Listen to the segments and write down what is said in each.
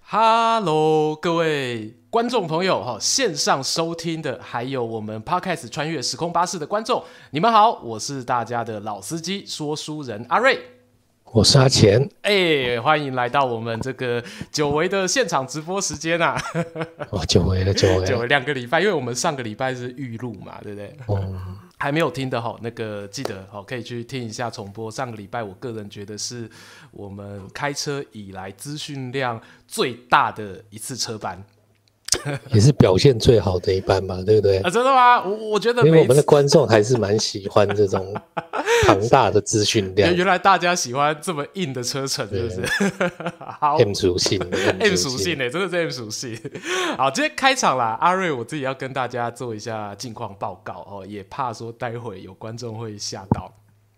Hello，各位观众朋友，线上收听的，还有我们 Podcast 穿越时空巴士的观众，你们好，我是大家的老司机说书人阿瑞， 我是阿钱， 欢迎来到我们这个久违的现场直播时间啊！ 久违了 2个礼拜，因为我们上个礼拜是预录嘛，对不对？还没有听的那个记得可以去听一下重播。上个礼拜我个人觉得是我们开车以来资讯量最大的一次车班， 也是表现最好的一班嘛，对不对？ 真的吗？我觉得因为我们的观众还是蛮喜欢这种庞大的资讯量。 原来大家喜欢这么硬的车程，是不是？好 M 属性 ，M 属性真的是 M 属性。好，今天开场啦，阿瑞我自己要跟大家做一下近况报告也怕说待会有观众会吓到。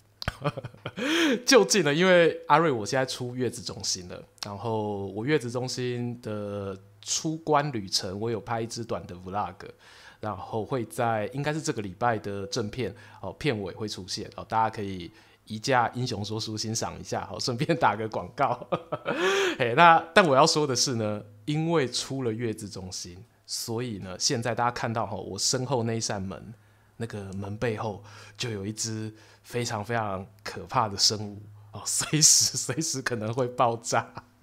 就近了，因为阿瑞我现在出月子中心了，然后我月子中心的出关旅程，我有拍一支短的 vlog， 然后会在应该是这个礼拜的正片片尾会出现大家可以移驾英雄说书欣赏一下，顺便打个广告。但我要说的是呢，因为出了月子中心，所以呢，现在大家看到我身后那一扇门，那个门背后就有一只非常非常可怕的生物随时可能会爆炸。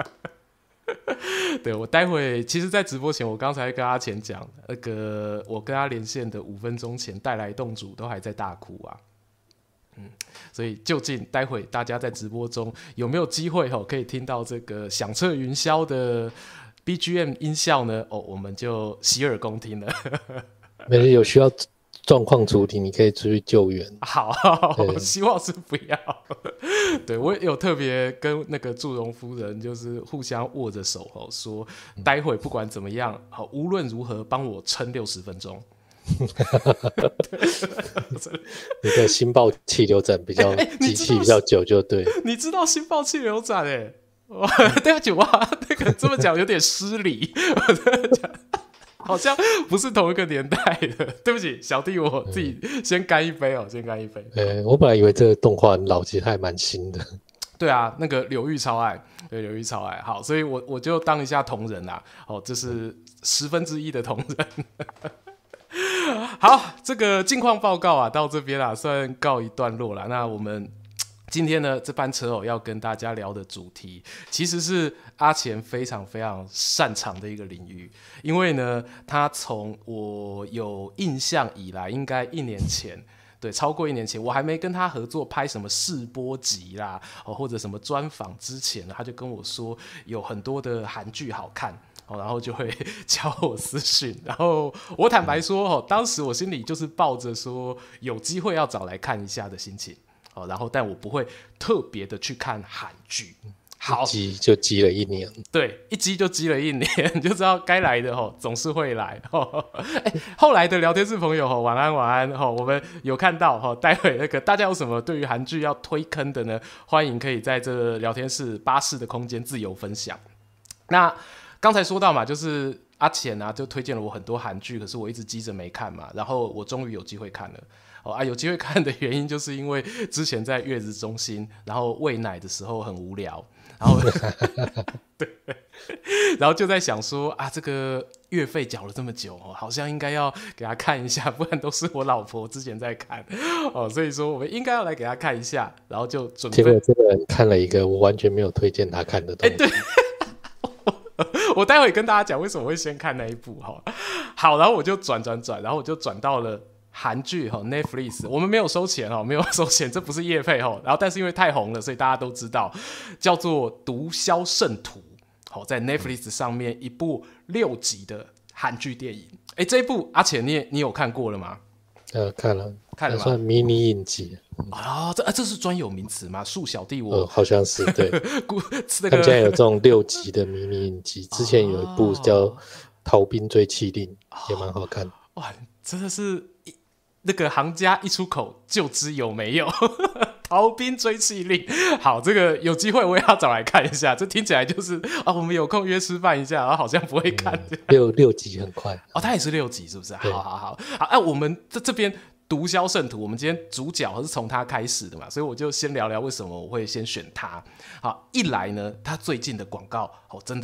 对，我待会其实在直播前我刚才跟阿钱讲，那个我跟他连线的5分钟前带来洞主都还在大哭啊。所以究竟待会大家在直播中有没有机会可以听到这个响彻云霄的 BGM 音效呢？我们就洗耳恭听了。 没有需要状况主体，你可以出去救援。 好，希望是不要。对，我有特别跟那个祝融夫人就是互相握着手说待会不管怎么样无论如何帮我撑60分钟。 你的心爆气流斩比较机器比较久就对。 你知道心爆气流斩对不起，哇，那个这么讲有点失礼。好像不是同一个年代的，对不起，小弟我自己先干一杯先干一杯。 我本来以为这个动画很老，其实还蛮新的。对啊，那个柳玉超爱，对，柳玉超爱。好，所以我就当一下同人啦。这是1/10的同人。好，这个近况报告到这边算告一段落啦。那我们今天呢，这班车要跟大家聊的主题，其实是阿钱非常非常擅长的一个领域，因为呢，他从我有印象以来，应该1年前。对，超过1年前，我还没跟他合作拍什么试播集啦，或者什么专访之前，他就跟我说有很多的韩剧好看。然后就会敲我私讯，然后我坦白说当时我心里就是抱着说有机会要找来看一下的心情，然后但我不会特别的去看韩剧。好， 一积就积了1年， 对，一积就积了1年，你就知道该来的总是会来。后来的聊天室朋友晚安晚安，我们有看到待会那个大家有什么对于韩剧要推坑的呢？欢迎可以在这聊天室巴士的空间自由分享。那刚才说到嘛，就是阿钱就推荐了我很多韩剧，可是我一直积着没看嘛，然后我终于有机会看了。有机会看的原因就是因为之前在月子中心，然后喂奶的时候很无聊，然后对，然后就在想说这个月费缴了这么久好像应该要给他看一下，不然都是我老婆之前在看所以说我们应该要来给他看一下，然后就准备。 结果这个人看了一个我完全没有推荐他看的东西。 对。我待会跟大家讲为什么会先看那一部好，然后我就转，然后我就转到了韩剧Netflix， 我们没有收钱没有收钱，这不是业配然后但是因为太红了，所以大家都知道，叫做《毒枭圣徒》在 Netflix 上面一部6集的韩剧电影。这一部阿钱你有看过了吗？ 看了吗？ 算迷你影集这是专有名词吗？恕小弟我好像是对。他们现在有这种6集的迷你影集，之前有一部叫《逃兵追缉令》也蛮好看。 哇，真的是那个行家一出口就知有没有。逃兵追缉令，好，这个有机会我也要找来看一下。这听起来就是我们有空约吃饭一下，然后好像不会看。 6集很快它也是6集，是不是？好，我们这边毒枭圣徒，我们今天主角是从他开始的嘛，所以我就先聊聊为什么我会先选他。好，一来呢，他最近的广告真的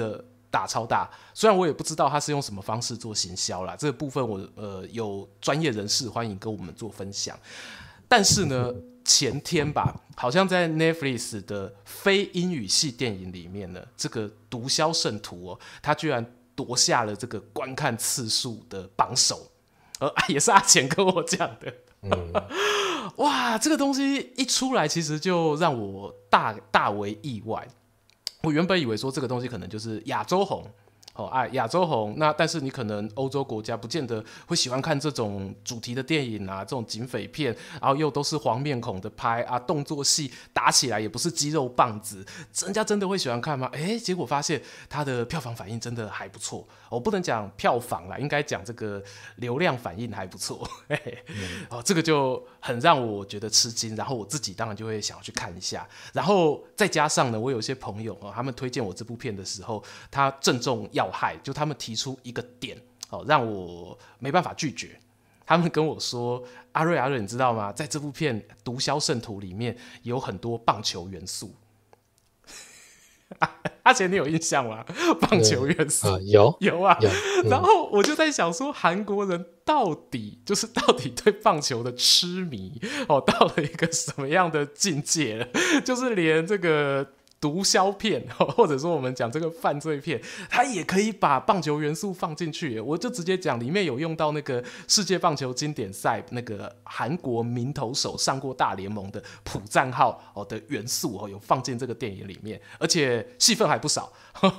大超大，虽然我也不知道他是用什么方式做行销啦，这个部分我有专业人士欢迎跟我们做分享。但是呢，前天吧，好像在 Netflix 的非英语系电影里面呢，这个《毒枭圣徒》他居然夺下了这个观看次数的榜首，也是阿钱跟我讲的。哇，这个东西一出来，其实就让我大为意外。我原本以为说这个东西可能就是亚洲红。亚洲红，那但是你可能欧洲国家不见得会喜欢看这种主题的电影啊，这种警匪片，然后又都是黄面孔的拍啊，动作戏打起来也不是肌肉棒子，人家真的会喜欢看吗？结果发现它的票房反应真的还不错。我不能讲票房啦，应该讲这个流量反应还不错。这个就很让我觉得吃惊，然后我自己当然就会想要去看一下，然后再加上呢，我有些朋友他们推荐我这部片的时候，他正中要害，就他们提出一个点，让我没办法拒绝。他们跟我说：“阿瑞，你知道吗？在这部片《毒枭圣徒》里面有很多棒球元素。”阿钱，你有印象吗？棒球元素有啊。然后我就在想说，韩国人到底对棒球的痴迷到了一个什么样的境界了？就是连这个毒枭片，或者说我们讲这个犯罪片，它也可以把棒球元素放进去。我就直接讲，里面有用到那个世界棒球经典赛那个韩国名投手上过大联盟的朴赞浩的元素有放进这个电影里面，而且戏份还不少。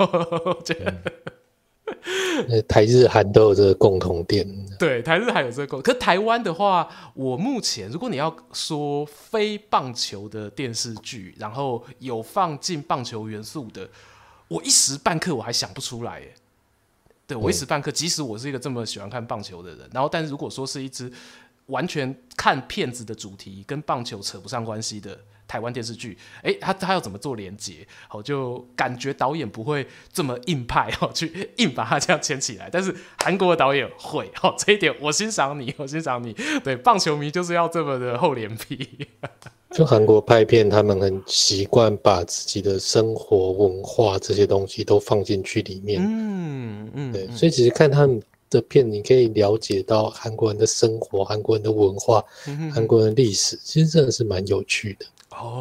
台日韩都有这个共同点。 对，台日韩有这个共同。可台湾的话，我目前如果你要说非棒球的电视剧，然后有放进棒球元素的，我一时半刻我还想不出来耶。对，我一时半刻，即使我是一个这么喜欢看棒球的人，然后但是如果说是一支完全看片子的主题跟棒球扯不上关系的台湾电视剧，他要怎么做连结？就感觉导演不会这么硬派去硬把它这样牵起来，但是韩国的导演会，这一点我欣赏你。对，棒球迷就是要这么的厚脸皮。 就韩国拍片，他们很习惯把自己的生活文化这些东西都放进去里面。对，所以其实看他们的片，你可以了解到韩国人的生活、韩国人的文化、韩国人的历史，其实真的是蛮有趣的。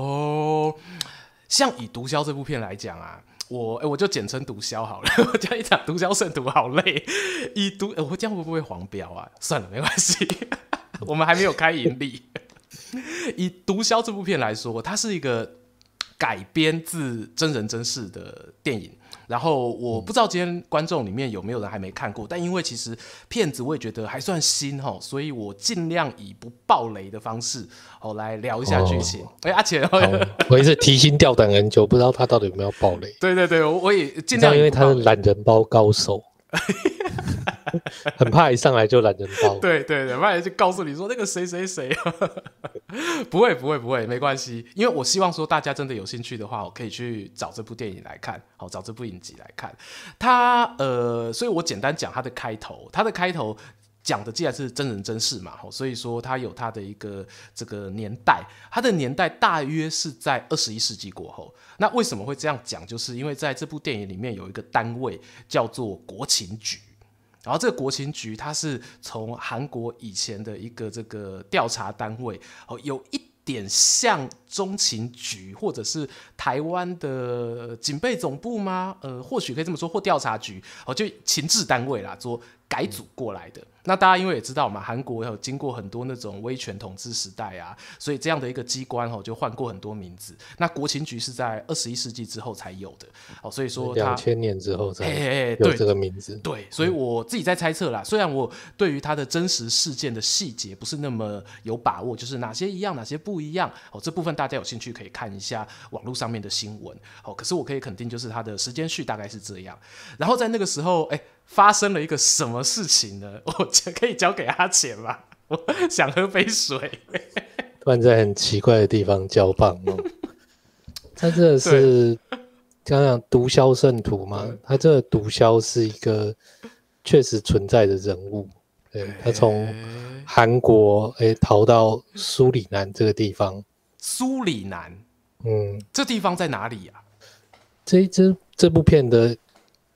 像以《毒枭》这部片来讲啊，我就简称《毒枭》好了。我讲一场《毒枭圣徒》好累。我这样会不会黄标啊？算了，没关系，我们还没有开盈利。以《毒枭》这部片来说，它是一个改编自真人真事的电影。然后我不知道今天观众里面有没有人还没看过，但因为其实片子我也觉得还算新，所以我尽量以不爆雷的方式来聊一下剧情。阿钱， 我也是提心吊胆很久，不知道他到底有没有爆雷。 对，我也尽量， 因为他是懒人包高手。很怕一上来就懒人包。 对，不然就告诉你说那个谁。不会，没关系，因为我希望说大家真的有兴趣的话，我可以去找这部电影来看，找这部影集来看。所以我简单讲它的开头。讲的既然是真人真事嘛，所以说它有它的一个这个年代，它的年代大约是在21世纪过后。那为什么会这样讲？就是因为在这部电影里面有一个单位叫做国情局，然后这个国情局它是从韩国以前的一个这个调查单位，有一点像中情局或者是台湾的警备总部吗？或许可以这么说，或调查局，就情治单位啦，做改组过来的。那大家因为也知道嘛，韩国有经过很多那种威权统治时代啊，所以这样的一个机关就换过很多名字。那国情局是在21世纪之后才有的，所以说它 2000年之后才有这个名字。 对，所以我自己在猜测啦，虽然我对于它的真实事件的细节不是那么有把握，就是哪些一样哪些不一样，这部分大家有兴趣可以看一下网络上面的新闻。可是我可以肯定，就是它的时间序大概是这样。然后在那个时候发生了一个什么事情呢？我可以交给阿钱吗？我想喝杯水。 突然在很奇怪的地方交棒他这是刚刚毒枭圣徒嘛？他这个毒枭是一个确实存在的人物。对，他从韩国逃到苏里南这个地方。 苏里南，这地方在哪里啊？ 这部片的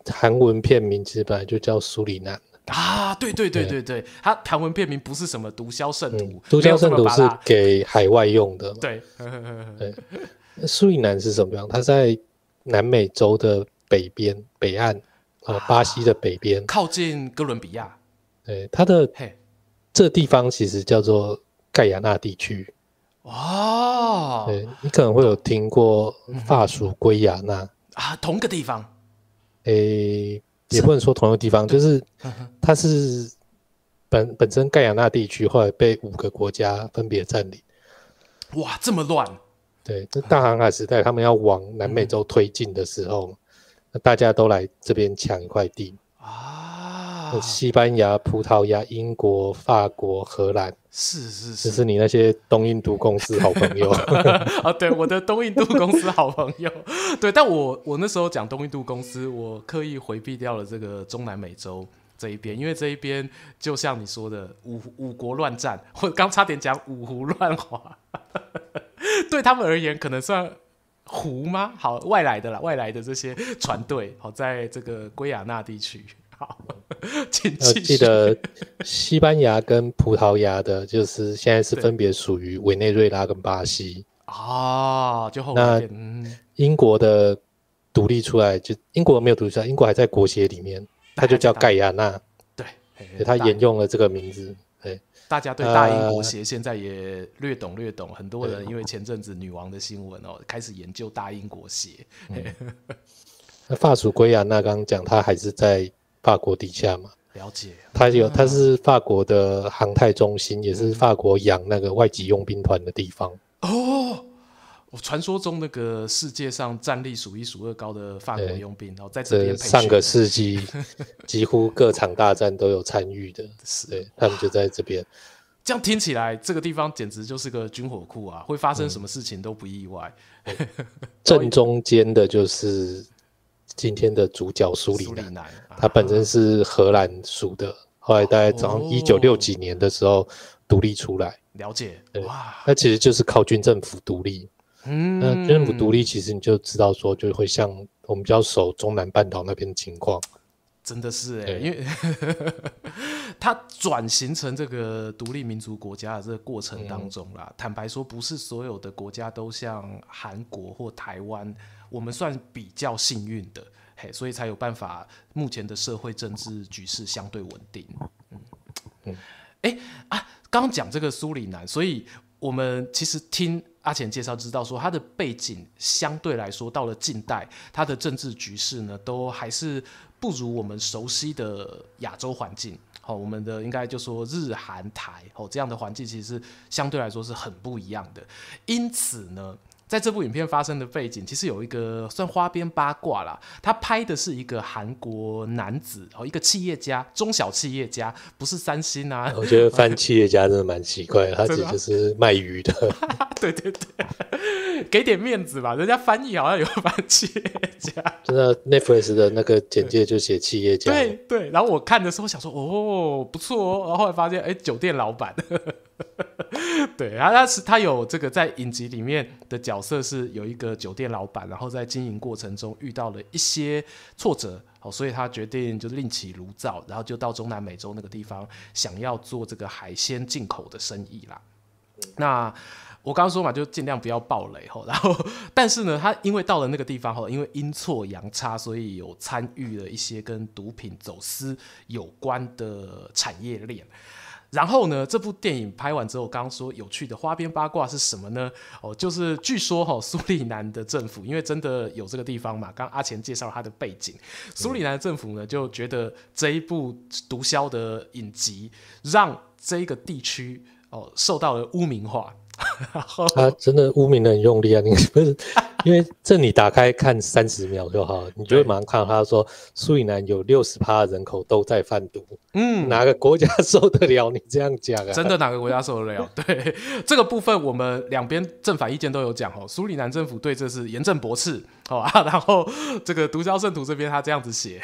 韩文片名其实本来就叫苏里南啊，对，它韩文片名不是什么毒枭圣徒， 毒枭圣徒是给海外用的嘛， 对， 苏里南是什么样？它在南美洲的北边北岸，巴西的北边， 靠近哥伦比亚。 对，它的这地方其实叫做盖亚纳地区。 哦， 对，你可能会有听过法属圭亚那啊，同个地方。 也不能说同一个地方，就是它是本身盖亚那地区后来被5个国家分别占领。 哇，这么乱！ 对，这大航海时代他们要往南美洲推进的时候，大家都来这边抢一块地啊。西班牙、葡萄牙、英国、法国、荷兰， 是， 这是你那些东印度公司好朋友啊，对，我的东印度公司好朋友。对，但我那时候讲东印度公司，我刻意回避掉了这个中南美洲这一边，因为这一边就像你说的五国乱战，我刚差点讲五胡乱华，对他们而言可能算胡吗？好，外来的这些船队，好，在这个圭亚那地区。好，请继续。 记得西班牙跟葡萄牙的，就是现在是分别属于委内瑞拉跟巴西啊，就后来英国的独立出来，就英国没有独立出来，英国还在国协里面，它就叫盖亚那。 对， 它沿用了这个名字。对， 大家对大英国协现在也略懂，很多人因为前阵子女王的新闻开始研究大英国协。 那法属圭亚那刚刚讲，它还是在法国底下嘛？ 了解。 它是法国的航太中心，也是法国养那个外籍佣兵团的地方。 哦，传说中那个世界上战力数1数2高的法国佣兵，在这边培训。 上个世纪几乎各场大战都有参与的，对，他们就在这边。 这样听起来，这个地方简直就是个军火库啊！会发生什么事情都不意外。 正中间的就是今天的主角苏里南，他本身是荷兰属的，后来大概早上1960几年的时候独立出来。 了解，哇， 那其实就是靠军政府独立。那军政府独立，其实你就知道说，就会像我们比较熟中南半岛那边的情况。 真的是因为它转型成这个独立民族国家的这个过程当中啦，坦白说，不是所有的国家都像韩国或台湾，我们算比较幸运的，所以才有办法目前的社会政治局势相对稳定。刚刚讲这个苏里南，所以我们其实听阿钱介绍知道说，他的背景相对来说到了近代，他的政治局势呢都还是不如我们熟悉的亚洲环境。我们的应该就说日韩台这样的环境其实相对来说是很不一样的。因此呢，在这部影片发生的背景，其实有一个算花边八卦啦。他拍的是一个韩国男子，一个企业家，中小企业家，不是三星啊。 我觉得翻企业家真的蛮奇怪的，他其实就是卖鱼的。 对，给点面子吧，人家翻译好像有翻企业家。 真的 Netflix 的那个简介就写企业家。 对，然后我看的时候想说，不错然后后来发现，酒店老板。对，然后他有这个在影集里面的角色是有一个酒店老板，然后在经营过程中遇到了一些挫折，所以他决定就另起炉灶，然后就到中南美洲那个地方想要做这个海鲜进口的生意啦。那我刚刚说嘛，就尽量不要爆雷，然后但是呢，他因为到了那个地方，因为阴错阳差，所以有参与了一些跟毒品走私有关的产业链。然后呢，这部电影拍完之后，刚刚说有趣的花边八卦是什么呢？就是据说苏里南的政府，因为真的有这个地方嘛，刚刚阿钱介绍了他的背景，苏里南的政府呢就觉得这一部毒枭的影集让这个地区受到了污名化。 他真的污名的很用力啊！你不是因为这你打开看30秒就好，你就会马上看到他说苏里南有60%的人口都在贩毒。哪个国家受得了你这样讲啊？ 真的哪个国家受得了？对，这个部分我们两边正反意见都有讲苏里南政府对这是严正驳斥然后这个毒枭圣徒这边他这样子写，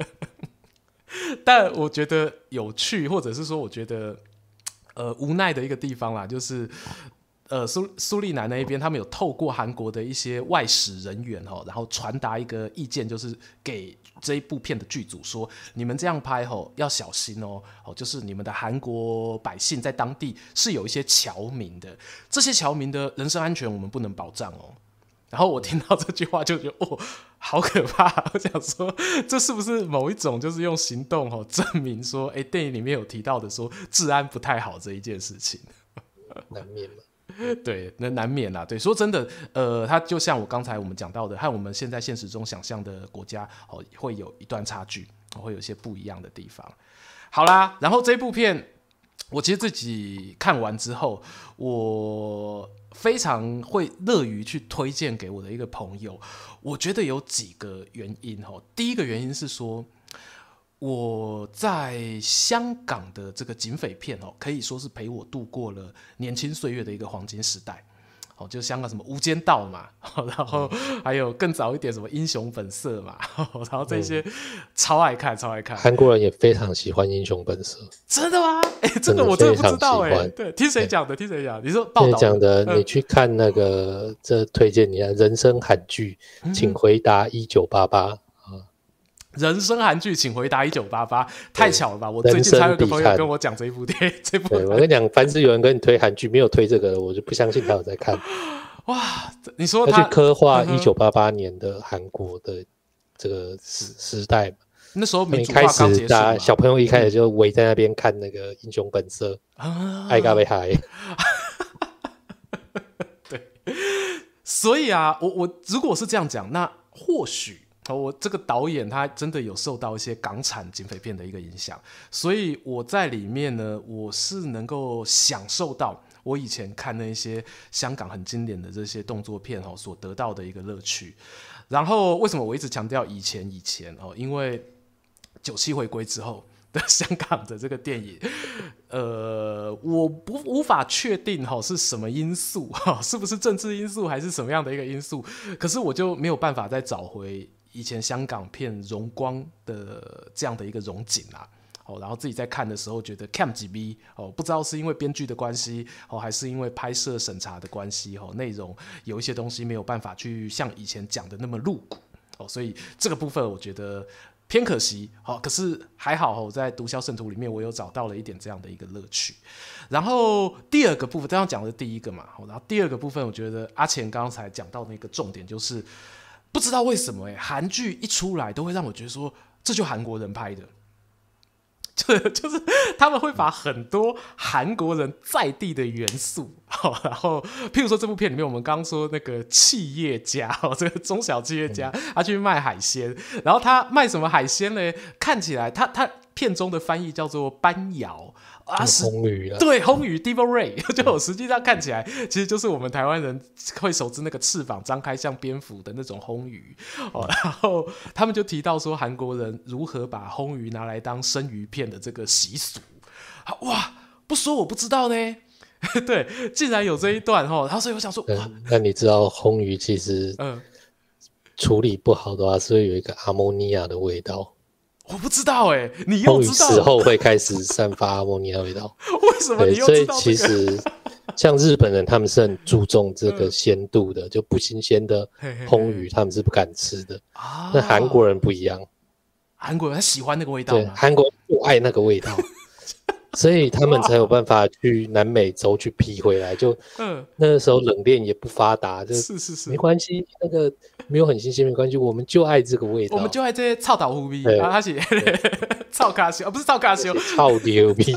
但我觉得有趣，或者是说我觉得无奈的一个地方啦，就是苏利南那一边，他们有透过韩国的一些外使人员然后传达一个意见，就是给这一部片的剧组说，你们这样拍要小心就是你们的韩国百姓在当地是有一些侨民的，这些侨民的人身安全我们不能保障然后我听到这句话就觉得好可怕！我想说，这是不是某一种就是用行动证明说，电影里面有提到的说治安不太好这一件事情， 难免嘛。 对，那难免啦。对，说真的，它就像我刚才我们讲到的，和我们现在现实中想象的国家会有一段差距，会有一些不一样的地方。好啦，然后这部片我其实自己看完之后，我非常会乐于去推荐给我的一个朋友。我觉得有几个原因第一个原因是说，我在香港的这个警匪片可以说是陪我度过了年轻岁月的一个黄金时代。就香港什么无间道嘛，然后还有更早一点什么英雄本色嘛，然后这些超爱看。 韩国人也非常喜欢英雄本色。 真的吗？这个我真的不知道对，听谁讲的？你说报道讲的，你去看那个，这推荐你啊，人生韩剧，请回答1988。 人生韩剧，请回答1988，太巧了吧！我最近才有个朋友跟我讲这部电影， 对，我跟你讲，凡是有人跟你推韩剧，没有推这个，我就不相信他有在看。 哇，你说他去刻画1988年的韩国的这个时代嘛？ 那时候民主化刚结束嘛， 小朋友一开始就围在那边看那个《英雄本色》，爱嘎被嗨。 对，所以啊，我如果是这样讲，那或许。我这个导演他真的有受到一些港产警匪片的一个影响，所以我在里面呢，我是能够享受到我以前看那些香港很经典的这些动作片所得到的一个乐趣。然后为什么我一直强调以前因为97回归之后的香港的这个电影，我无法确定是什么因素，是不是政治因素还是什么样的一个因素，可是我就没有办法再找回以前香港片荣光的这样的一个荣景啦。然后自己在看的时候觉得 cam 几 B 不知道是因为编剧的关系还是因为拍摄审查的关系内容有一些东西没有办法去像以前讲的那么露骨所以这个部分我觉得偏可惜可是还好我在《毒枭圣徒》里面我有找到了一点这样的一个乐趣。然后第二个部分刚刚讲的是第一个嘛，然后第二个部分我觉得阿钱刚才讲到那个重点就是不知道为什么韩剧一出来都会让我觉得说这就韩国人拍的，就是他们会把很多韩国人在地的元素然后譬如说这部片里面我们刚刚说那个企业家这个中小企业家他去卖海鲜，然后他卖什么海鲜呢？看起来他片中的翻译叫做斑瑶红鱼啊， 对，红鱼 Devil Ray 就实际上看起来其实就是我们台湾人会熟知那个翅膀张开像蝙蝠的那种红鱼然后他们就提到说韩国人如何把红鱼拿来当生鱼片的这个习俗，哇，不说我不知道呢对，竟然有这一段然后所以我想说那你知道红鱼其实处理不好的话是会有一个阿莫尼亚的味道。 我不知道你又知道？ 红鱼死后会开始散发阿莫尼亚味道。 为什么你又知道所以其实像日本人他们是很注重这个鲜度的，就不新鲜的红鱼他们是不敢吃的。那韩国人不一样， 韩国人他喜欢那个味道吗？ 对，韩国人不爱那个味道。所以他们才有办法去南美洲去批回来，就那个时候冷链也不发达，就是没关系，那个没有很新鲜没关系，我们就爱这个味道， 我们就爱这些臭豆腐味啊，他是臭卡修，不是臭卡修， 臭牛逼。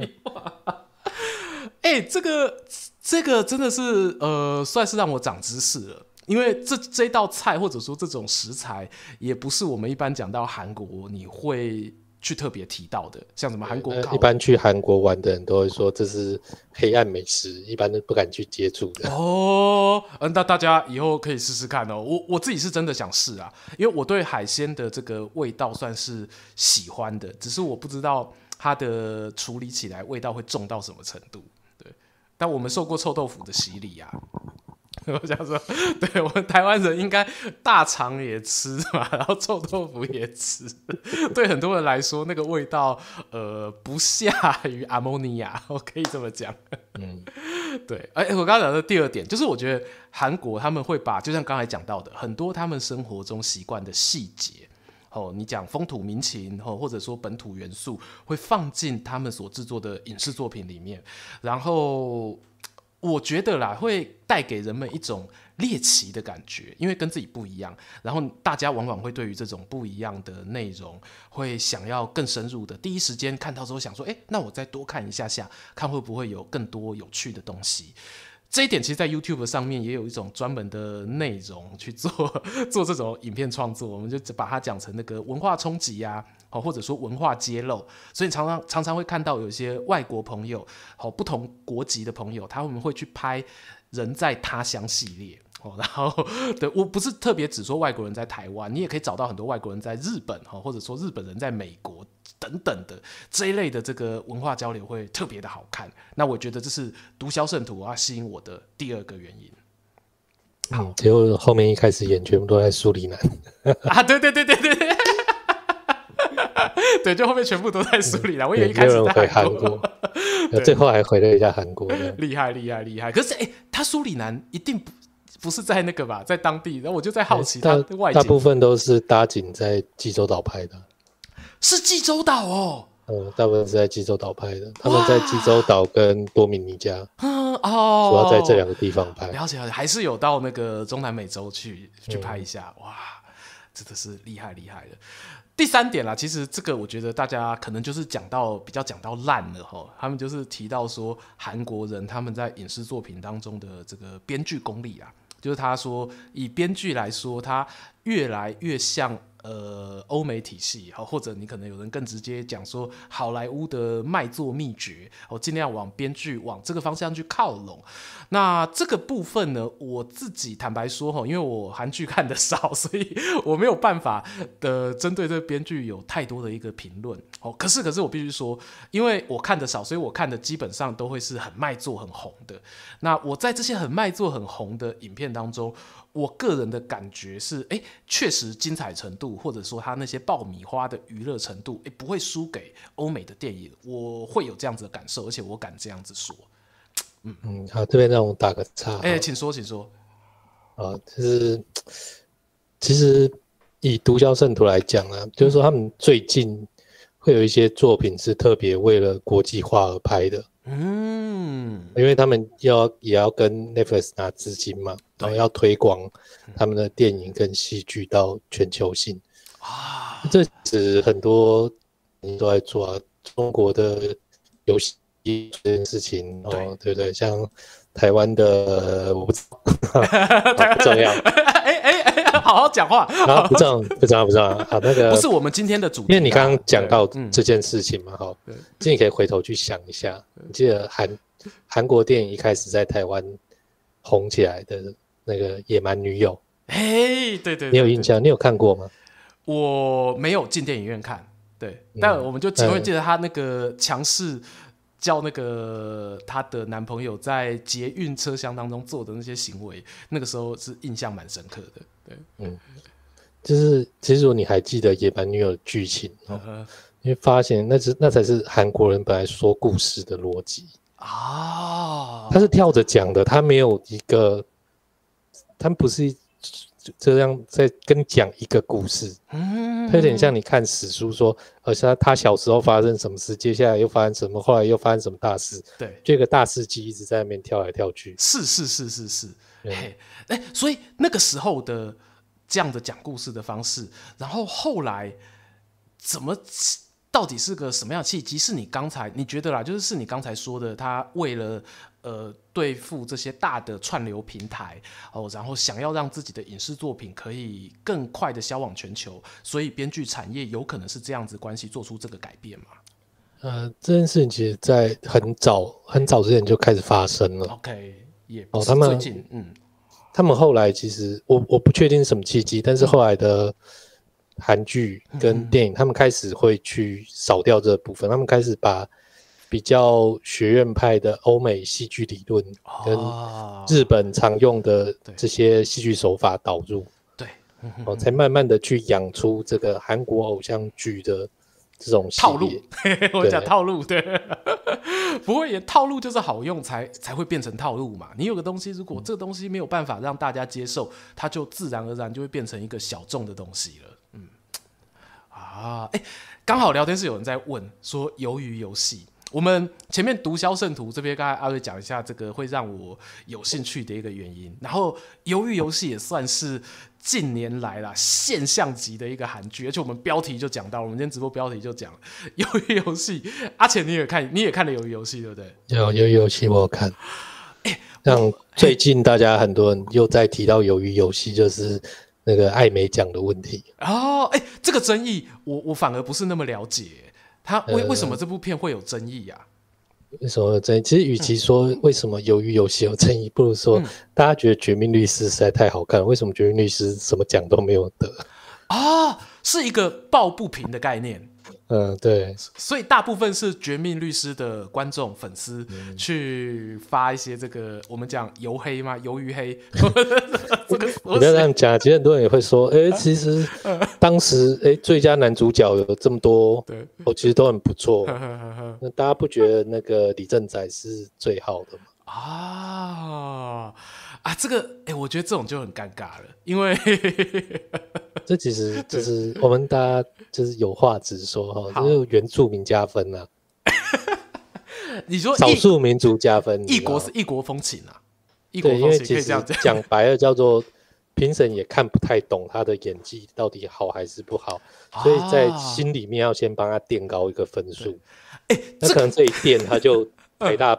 这个真的是算是让我长知识了。因为这道菜或者说这种食材，也不是我们一般讲到韩国你会去特别提到的，像什么韩国烤， 一般去韩国玩的人都会说这是黑暗美食，一般都不敢去接触的。 那大家以后可以试试看我自己是真的想试啊，因为我对海鲜的这个味道算是喜欢的，只是我不知道它的处理起来味道会重到什么程度。对，但我们受过臭豆腐的洗礼啊。我想说，对，我们台湾人应该大肠也吃嘛，然后臭豆腐也吃。对很多人来说，那个味道不下于阿莫尼亚，我可以这么讲。 对，我刚刚讲的第二点就是，我觉得韩国他们会把，就像刚才讲到的，很多他们生活中习惯的细节，你讲风土民情，或者说本土元素，会放进他们所制作的影视作品里面，然后我觉得啦，会带给人们一种猎奇的感觉，因为跟自己不一样，然后大家往往会对于这种不一样的内容，会想要更深入的，第一时间看到之后想说，那我再多看一下下，看会不会有更多有趣的东西。这一点其实在 YouTube 上面也有一种专门的内容去做这种影片创作，我们就把它讲成那个文化冲击啊，或者说文化揭露，所以常常会看到有些外国朋友，不同国籍的朋友，他们会去拍人在他乡系列。然后对，我不是特别只说外国人在台湾，你也可以找到很多外国人在日本，或者说日本人在美国等等的这一类的这个文化交流会特别的好看。那我觉得这是毒枭圣徒要吸引我的第二个原因。 结果后面一开始演全部都在苏里南啊，对对对对对对对，就后面全部都在苏里南，我以为一开始在韩国， 最后还回了一下韩国， 厉害厉害厉害。可是他苏里南一定不是在那个吧，在当地，然后我就在好奇他的外景， 大部分都是搭景在济州岛拍的， 是济州岛哦。 大部分是在济州岛拍的，他们在济州岛跟多米尼加，主要在这两个地方拍。 了解了解，还是有到那个中南美洲去拍一下，哇，真的是厉害厉害的。第三点啦，其实这个我觉得大家可能就是比较讲到烂了齁，他们就是提到说韩国人他们在影视作品当中的这个编剧功力啊，就是他说以编剧来说，他越来越像欧美体系，或者你可能有人更直接讲说好莱坞的卖座秘诀，尽量往编剧往这个方向去靠拢。那这个部分呢，我自己坦白说，因为我韩剧看得少，所以我没有办法针对这个编剧有太多的一个评论。可是我必须说，因为我看得少，所以我看的基本上都会是很卖座很红的。那我在这些很卖座很红的影片当中，我个人的感觉是，确实精彩程度，或者说他那些爆米花的娱乐程度，不会输给欧美的电影，我会有这样子的感受，而且我敢这样子说。 好，这边让我打个岔。 请说，请说。 就是其实以毒枭圣徒来讲啊，就是说他们最近会有一些作品是特别为了国际化而拍的。因为他们也要跟 Netflix 拿资金嘛，然后要推广他们的电影跟戏剧到全球性。这是很多人都在做啊，中国的游戏这件事情，对不对？像台湾的我不知道，不重要。 好好讲话。 不重要。好，那个不是我们今天的主题， 因为你刚刚讲到这件事情嘛，其实你可以回头去想一下，你记得韩国电影一开始在台湾红起来的那个《野蛮女友》， 对， 你有印象？你有看过吗？ 我没有进电影院看，对，但我们就只会记得他那个强势叫那个她的男朋友在捷运车厢当中做的那些行为，那个时候是印象蛮深刻的。对， 就是其实如果你还记得《野蛮女友》的剧情，你会发现那才是韩国人本来说故事的逻辑啊，他是跳着讲的，他没有一个，他不是这样在跟你讲一个故事，它有点像你看史书说，他小时候发生什么事，接下来又发生什么，后来又发生什么大事，对，就一个大事记一直在那边跳来跳去， 是，所以那个时候的这样的讲故事的方式，然后后来到底是个什么样的契机？是你觉得啦，就是你刚才说的，他为了对付这些大的串流平台然后想要让自己的影视作品可以更快的销往全球，所以编剧产业有可能是这样子关系做出这个改变吗？ 这件事情其实在很早之前就开始发生了。 OK， 也不是最近， 他们后来其实我不确定是什么契机，但是后来的韩剧跟电影，他们开始会去扫掉这部分，他们开始把比较学院派的欧美戏剧理论跟日本常用的这些戏剧手法导入， 对， 才慢慢的去养出这个韩国偶像剧的这种系列套路。我讲套路，对， 不会演套路就是好用才会变成套路嘛。你有个东西，如果这个东西没有办法让大家接受，它就自然而然就会变成一个小众的东西了。刚好聊天室有人在问说鱿鱼游戏。我们前面毒枭圣徒这边，刚才阿瑞讲一下这个会让我有兴趣的一个原因。然后鱿鱼游戏也算是近年来啦现象级的一个韩剧，而且我们标题就讲到，我们今天直播标题就讲鱿鱼游戏。阿钱你也看了鱿鱼游戏对不对？ 有鱿鱼游戏我有看。像最近大家很多人又在提到鱿鱼游戏，就是那个艾美奖的问题。 这个争议我反而不是那么了解。他为什么这部片会有争议啊？ 为什么有争议？其实与其说为什么鱿鱼游戏有争议，不如说大家觉得《绝命律师》实在太好看了，为什么《绝命律师》什么奖都没有得？ 是一个抱不平的概念。 对， 所以大部分是《绝命律师》的观众粉丝去发一些这个我们讲油黑吗？鱿鱼黑。 你不要这样讲，其实很多人也会说，其实当时最佳男主角有这么多，其实都很不错。那大家不觉得那个李正宰是最好的吗？ 这个我觉得这种就很尴尬了，因为这其实就是我们大家就是有话直说哈，就是原住民加分啊。 你说少数民族加分， 异国风情啊。 对，因为其实讲白了叫做评审也看不太懂他的演技到底好还是不好，所以在心里面要先帮他垫高一个分数。那可能这一垫他就台大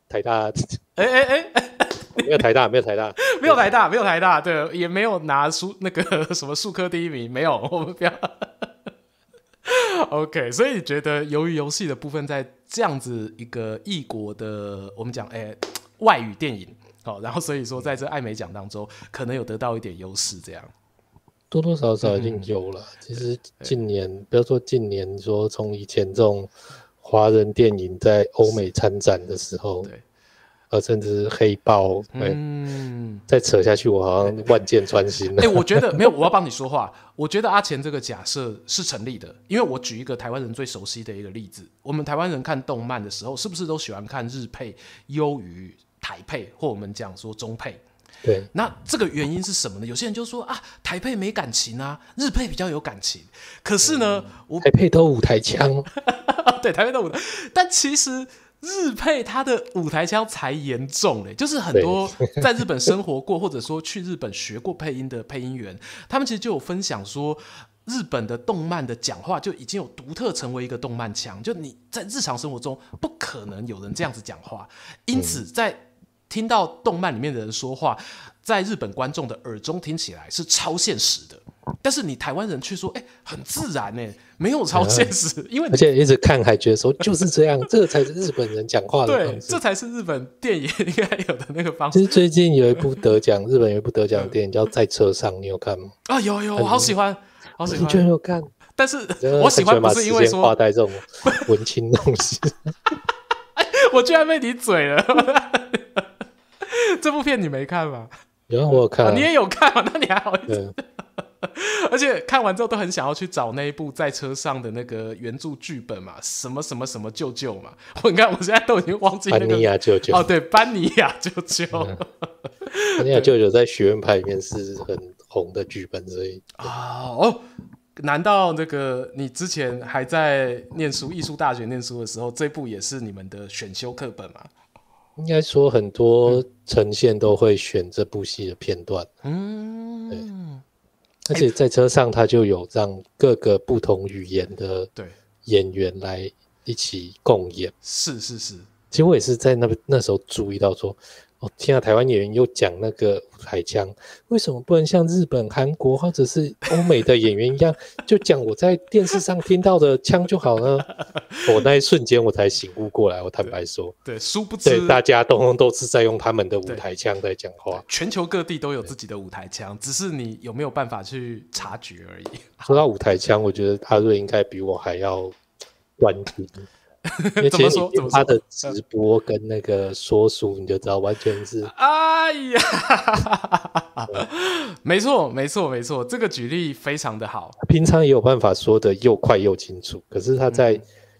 没有台大，没有台大， 对，也没有拿那个什么数科第一名，没有，我们不要。OK， 所以你觉得鱿鱼游戏的部分在这样子一个异国的我们讲外语电影，然后所以说在这艾美奖当中可能有得到一点优势，这样多多少少一定有了。其实近年不要说近年，说从以前这种华人电影在欧美参展的时候，对。甚至是黑豹，再扯下去，我好像万箭穿心了。 我觉得没有，我要帮你说话。我觉得阿钱这个假设是成立的，因为我举一个台湾人最熟悉的一个例子，我们台湾人看动漫的时候，是不是都喜欢看日配优于台配，或我们讲说中配？ 对， 那这个原因是什么呢？有些人就说台配没感情啊，日配比较有感情。可是呢， 台配都舞台腔， 对，台配都舞台，但其实。日配他的舞台腔才严重嘞，就是很多在日本生活过或者说去日本学过配音的配音员，他们其实就有分享说，日本的动漫的讲话就已经有独特成为一个动漫腔，就你在日常生活中不可能有人这样子讲话，因此在听到动漫里面的人说话，在日本观众的耳中听起来是超现实的。但是你台湾人却说，很自然没有超现实，因为而且一直看还觉得说就是这样，这才是日本人讲话的方式， 对，这才是日本电影应该有的那个方式。 其实最近有一部得奖，日本有一部得奖的电影叫《在车上》，你有看吗？ 有，我好喜欢，好喜欢。 你居然有看？ 但是我喜欢不是因为说花在这种文青东西， 我居然被你嘴了。这部片你没看吗？ 有，我有看。 你也有看吗？那你还好意思？而且看完之后都很想要去找那一部在车上的那个原著剧本嘛，什么什么什么舅舅嘛。我现在都已经忘记那个班尼亚舅舅。 对，班尼亚舅舅。 班尼亚舅舅在学院派里面是很红的剧本，所以难道那个你之前还在念书艺术大学念书的时候，这部也是你们的选修课本吗？ 应该说很多呈现都会选这部戏的片段。对。而且在车上他就有让各个不同语言的演员来一起共演。 是。 其实我也是在那时候注意到说，天啊，台湾演员又讲那个舞台腔，为什么不能像日本、韩国或者是欧美的演员一样，就讲我在电视上听到的腔就好呢？我那一瞬间我才醒悟过来，我坦白说， 对，殊不知大家都是在用他们的舞台腔在讲话， 全球各地都有自己的舞台腔，只是你有没有办法去察觉而已。 说到舞台腔，我觉得阿瑞应该比我还要关心。因为其实你听他的直播跟那个说书，你就知道完全是哎呀，没错，这个举例非常的好。 平常也有办法说的又快又清楚，可是他在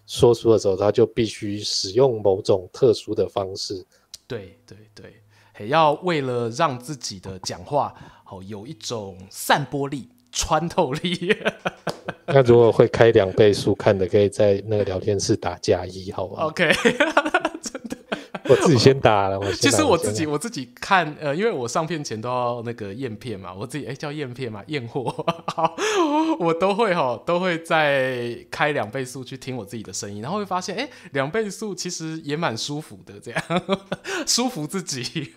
说书的时候，他就必须使用某种特殊的方式。 对对对，要为了让自己的讲话有一种散播力、穿透力。 那如果会开2倍速看的，可以在那个聊天室打+1，好不好 ？OK， 真的。 我自己先打了， 其实我自己看，因为我上片前都要那个验片嘛，我自己叫验片嘛，验货，好，我都会再开2倍速去听我自己的声音，然后会发现，2倍速其实也蛮舒服的，这样舒服自己。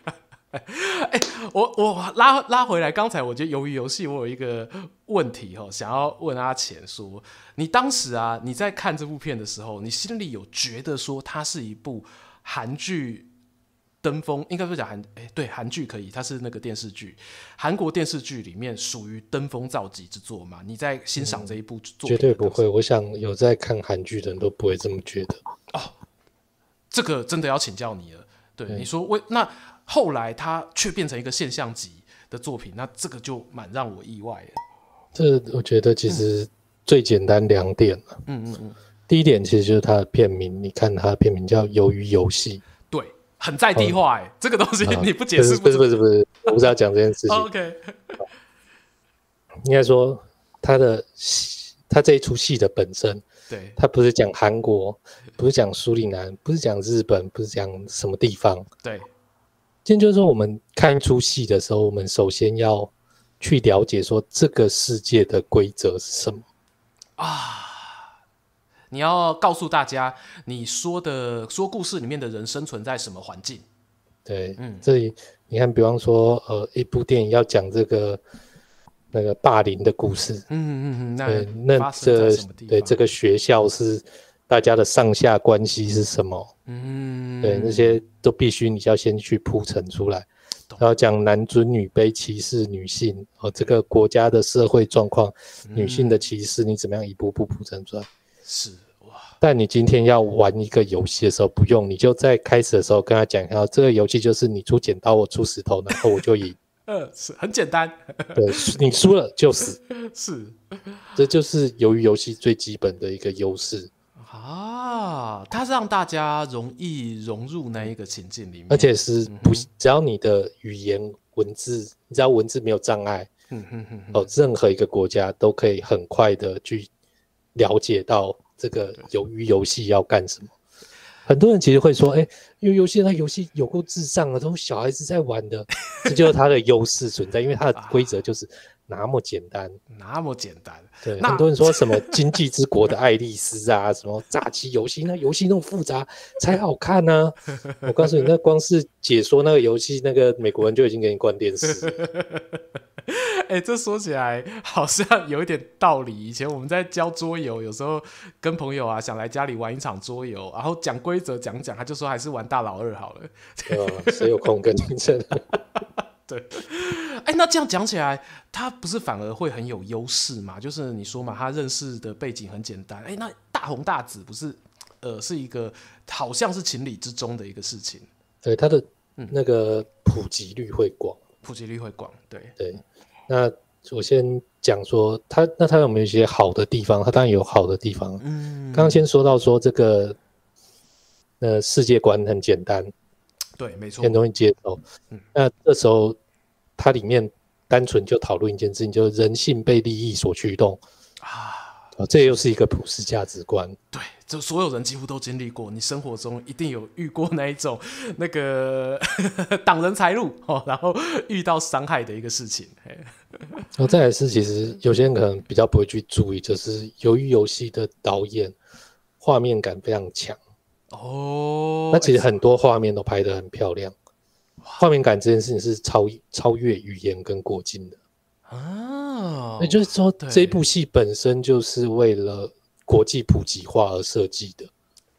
我拉回来，刚才我觉得鱿鱼游戏，我有一个问题想要问阿钱说，你当时啊你在看这部片的时候，你心里有觉得说它是一部韩剧登峰，应该不讲对，韩剧可以，它是那个电视剧，韩国电视剧里面属于登峰造极之作嘛？你在欣赏这一部作品？ 绝对不会，我想有在看韩剧的人都不会这么觉得。 这个真的要请教你了。对，你说那后来它却变成一个现象级的作品，那这个就蛮让我意外的。 这我觉得其实最简单2点了。第一点其实就是它的片名，你看它的片名叫《鱿鱼游戏》， 对，很在地化这个东西你不解释不是，我不是要讲这件事情。 OK， 应该说它这一出戏的本身， 对， 它不是讲韩国，不是讲苏里南，不是讲日本，不是讲什么地方。 对， 今天就是说我们看一出戏的时候，我们首先要去了解说这个世界的规则是什么啊。你要告诉大家，你说故事里面的人生存在什么环境？ 对，这里你看，比方说，一部电影要讲这个那个霸凌的故事，那这个学校是大家的上下关系是什么？对，那些都必须你要先去铺陈出来。然后讲男尊女卑、歧视女性，这个国家的社会状况，女性的歧视，你怎么样一步步铺陈出来？ 是哇， 但你今天要玩一个游戏的时候，不用，你就在开始的时候跟他讲，这个游戏就是你出剪刀，我出石头，然后我就赢。 是很简单。 对，你输了就死。 是， 这就是鱿鱼游戏最基本的一个优势啊，它是让大家容易融入那一个情境里面， 而且是只要你的语言文字，你只要文字没有障碍，任何一个国家都可以很快的去了解到这个鱿鱼游戏要干什么。很多人其实会说，因为游戏有够智障的，都是小孩子在玩的，这就是它的优势存在，因为它的规则就是那么简单， 那么简单。 对，很多人说什么经济之国的爱丽丝啊，什么诈欺游戏，那游戏那么复杂才好看呢。我告诉你，那光是解说那个游戏，那个美国人就已经给你关电视了。 这说起来好像有一点道理。以前我们在教桌游，有时候跟朋友啊想来家里玩一场桌游，然后讲规则讲，他就说还是玩大老二好了。 对啊，谁有空跟你这？ 对，那这样讲起来，他不是反而会很有优势吗？就是你说嘛，他认识的背景很简单，那大红大紫不是是一个好像是情理之中的一个事情。 对，他的那个普及率会广， 对。 那我先讲说他有没有一些好的地方？他当然有好的地方。刚刚先说到说这个世界观很简单， 对，没错， 很容易接受。那这时候它里面单纯就讨论一件事情，就是人性被利益所驱动这又是一个普世价值观。 对，就所有人几乎都经历过，你生活中一定有遇过那一种那个挡人财路然后遇到伤害的一个事情。 再来是，其实有些人可能比较不会去注意，就是鱿鱼游戏的导演画面感非常强那其实很多画面都拍得很漂亮，画面感这件事情是超越语言跟国境的也就是说这部戏本身就是为了国际普及化而设计的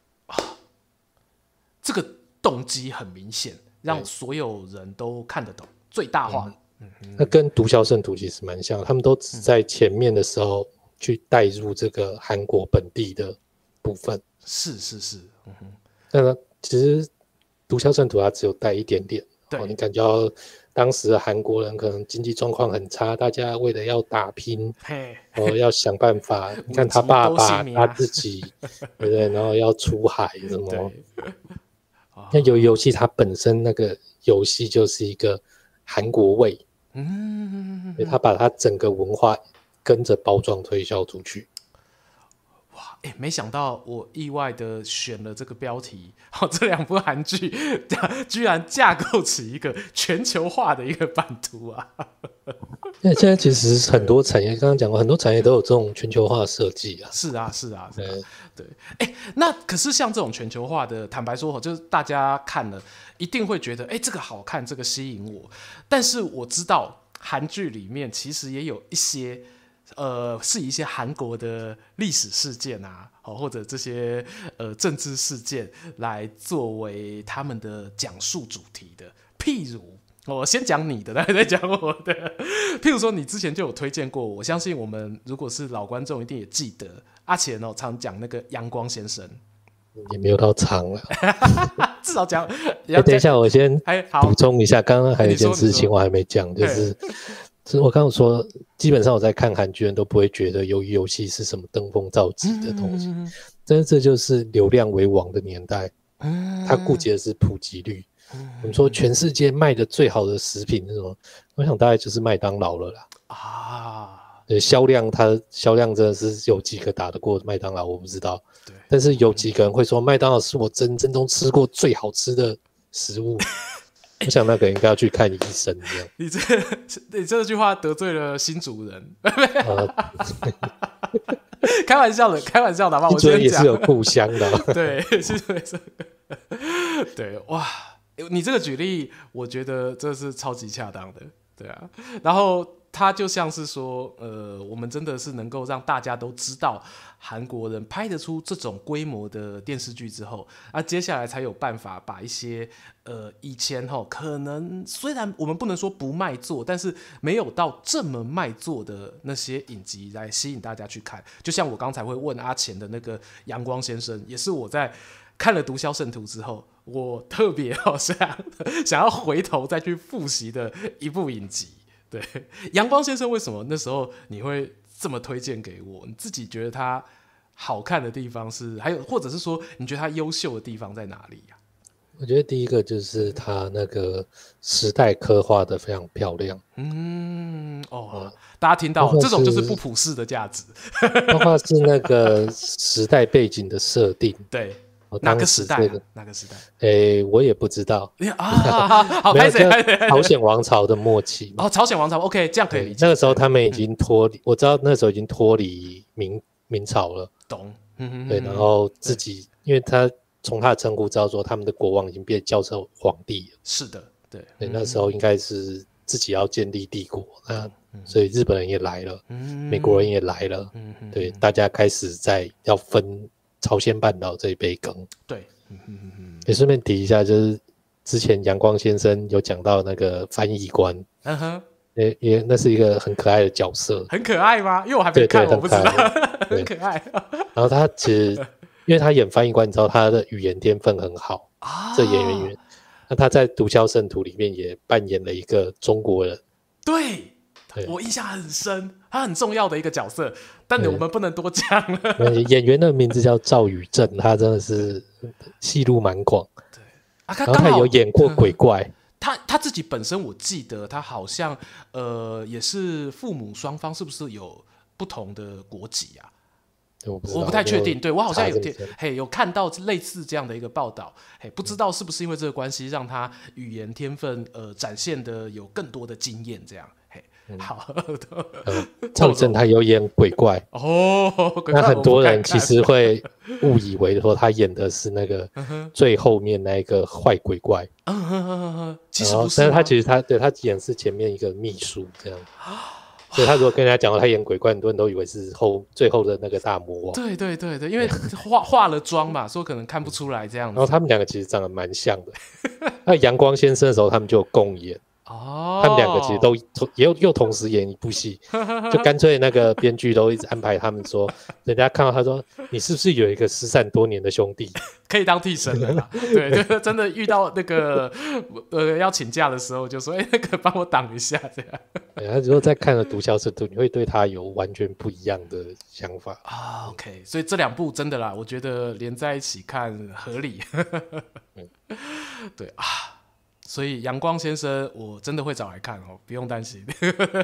这个动机很明显，让所有人都看得懂，最大化。 那跟毒枭圣徒其实蛮像，他们都只在前面的时候去带入这个韩国本地的部分。 是。 那其实毒枭圣徒它只有带一点点对， 你感觉到当时的韩国人可能经济状况很差，大家为了要打拼，要想办法。你看他爸爸他自己，对不对？然后要出海什么？那游戏它本身那个游戏就是一个韩国味，所以他把他整个文化跟着包装推销出去。 哇，没想到我意外的选了这个标题，这2部韩剧居然架构起一个全球化的一个版图啊！ 现在其实很多产业，刚刚讲过，很多产业都有这种全球化设计啊。 是啊，对。那可是像这种全球化的，坦白说，就是大家看了一定会觉得，这个好看，这个吸引我。但是我知道韩剧里面其实也有一些。是一些韩国的历史事件啊，或者这些政治事件来作为他们的讲述主题的。譬如，我先讲你的，再讲我的。譬如说，你之前就有推荐过我，相信我们如果是老观众，一定也记得阿钱常讲那个阳光先生。 也没有到长了， 至少讲。 等一下，我先补充一下，刚刚还有一件事情我还没讲，就是我刚刚说，基本上我在看韩剧人都不会觉得游戏是什么登峰造极的东西，但是这就是流量为王的年代，它顾及的是普及率。我们说全世界卖的最好的食品是什么？我想大概就是麦当劳了啦。销量真的是有几个打得过麦当劳，我不知道。但是有几个人会说麦当劳是我真正中吃过最好吃的食物。我想那个应该要去看医生这样。 你这句话得罪了新竹人。开玩笑的，好不好？ 新竹人也是有故乡的。 对，新竹也是。对，哇，你这个举例，我觉得这是超级恰当的。对啊，然后它就像是说，我们真的是能够让大家都知道韩国人拍得出这种规模的电视剧之后，接下来才有办法把一些以前可能虽然我们不能说不卖座，但是没有到这么卖座的那些影集来吸引大家去看。就像我刚才会问阿钱的那个阳光先生，也是我在看了《毒枭圣徒》之后，我特别想要回头再去复习的一部影集。对，阳光先生为什么那时候你会这么推荐给我？你自己觉得他好看的地方是，还有或者是说你觉得他优秀的地方在哪里啊？ 我觉得第一个就是他那个时代刻画的非常漂亮。 大家听到这种就是不普世的价值， 包括是那个时代背景的设定。 对。哪个时代？ 我也不知道好，拍谁？ 朝鲜王朝的末期。 朝鲜王朝 ，OK， 这样可以理解。 那个时候他们已经脱离，我知道那时候已经脱离明朝了。 懂。 对，然后自己，因为他从他的称呼知道说，他们的国王已经被叫成皇帝了。 是的，对。 那时候应该是自己要建立帝国，所以日本人也来了，美国人也来了。对，大家开始要分朝鲜半岛这一杯羹。 对， 也顺便提一下，就是之前阳光先生有讲到那个翻译官，也那是一个很可爱的角色。 很可爱吗？因为我还没看，我不知道。很可爱。 然后他其实因为他演翻译官，你知道他的语言天分很好这演员，那他在《毒枭圣徒》里面也扮演了一个中国人。 对，我印象很深，他很重要的一个角色，但我们不能多讲了。 演员的名字叫赵宇正，他真的是戏路蛮广。 对， 然后他有演过鬼怪。 他自己本身，我记得他好像也是父母双方是不是有不同的国籍啊？ 我不太确定。对，我好像有看到类似这样的一个报道，不知道是不是因为这个关系让他语言天分展现的有更多的经验这样。好， 赵宇正他有演鬼怪那很多人其实会误以为说他演的是那个最后面那个坏鬼怪， 其实不是， 但是他其实他演是前面一个秘书这样。所以他如果跟人家讲他演鬼怪，很多人都以为是最后的那个大魔王。 对，因为化了妆嘛，说可能看不出来这样子。 然后他们两个其实长得蛮像的。那阳光先生的时候，他们就有共演。 他们两个其实都又同时演一部戏，就干脆那个编剧都一直安排他们说，人家看到他说你是不是有一个失散多年的兄弟， 可以当替身的啦。对，就真的遇到那个要请假的时候，就说那个帮我挡一下这样。 他如果再看了《毒枭圣徒》，你会对他有完全不一样的想法啊。OK， 所以这两部真的啦，我觉得连在一起看合理。对啊。所以阳光先生我真的会找来看哦，不用担心。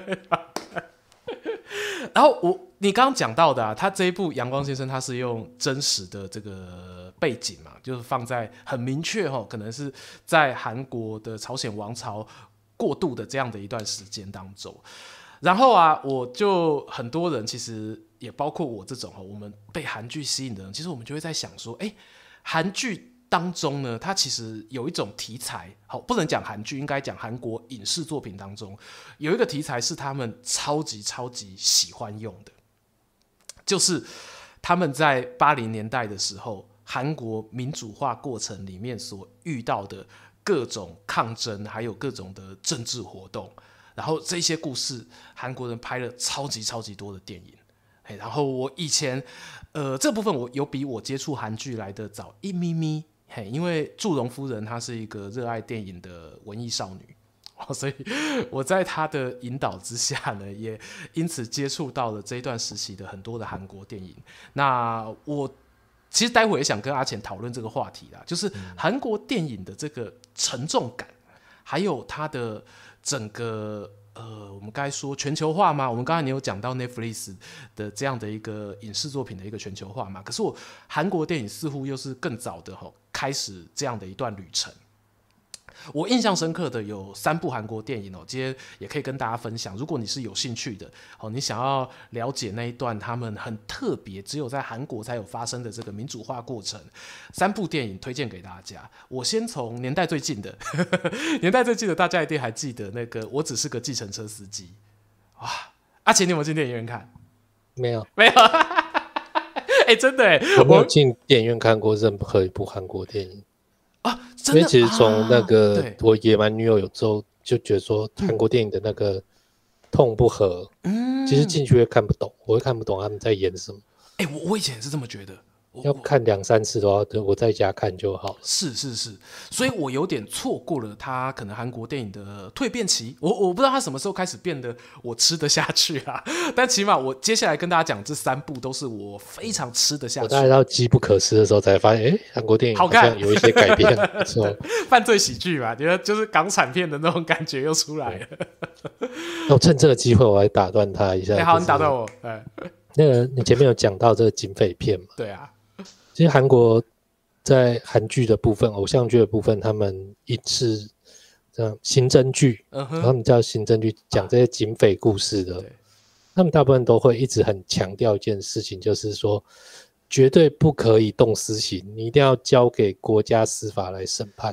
然后你刚刚讲到的他这一部阳光先生他是用真实的这个背景嘛，就是放在很明确可能是在韩国的朝鲜王朝过渡的这样的一段时间当中。然后我就很多人其实也包括我这种我们被韩剧吸引的人，其实我们就会在想说，韩剧当中呢，它其实有一种题材，不能讲韩剧，应该讲韩国影视作品当中有一个题材是他们超级超级喜欢用的，就是他们在80年代的时候，韩国民主化过程里面所遇到的各种抗争，还有各种的政治活动，然后这些故事，韩国人拍了超级超级多的电影。然后我以前，这部分我有比我接触韩剧来的早一咪咪。因为祝融夫人她是一个热爱电影的文艺少女，所以我在她的引导之下呢，也因此接触到了这一段时期的很多的韩国电影。那我其实待会也想跟阿钱讨论这个话题啦，就是韩国电影的这个沉重感，还有它的整个我们刚才说全球化嘛，我们刚才你有讲到 Netflix 的这样的一个影视作品的一个全球化嘛，可是韩国电影似乎又是更早的开始这样的一段旅程。我印象深刻的有3部韩国电影今天也可以跟大家分享。如果你是有兴趣的你想要了解那一段他们很特别，只有在韩国才有发生的这个民主化过程，3部电影推荐给大家。我先从年代最近的，年代最近的大家一定还记得那个《我只是个计程车司机》。哇，阿钱你有没有进电影院看？ 没有， 没有。真的我没有进电影院看过任何一部韩国电影。 真的， 因为其实从那个我野蛮女友有之后，就觉得说韩国电影的那个痛不合，其实进去会看不懂，我会看不懂他们在演什么。 我以前也是这么觉得， 要看2、3次的话，我在家看就好了。 是，所以我有点错过了他可能韩国电影的蜕变期。我不知道他什么时候开始变得我吃得下去啦，但起码我接下来跟大家讲这3部都是我非常吃得下去。 我大概到机不可失的时候才发现，韩国电影好像有一些改变， 犯罪喜剧嘛，觉得就是港产片的那种感觉又出来了。 那趁这个机会，我来打断他一下。 好，你打断我。 那个你前面有讲到这个警匪片嘛？ 对啊。 其实韩国在韩剧的部分、偶像剧的部分，他们影视这样刑侦剧，他们叫刑侦剧，讲这些警匪故事的，他们大部分都会一直很强调一件事情，就是说绝对不可以动私刑，你一定要交给国家司法来审判。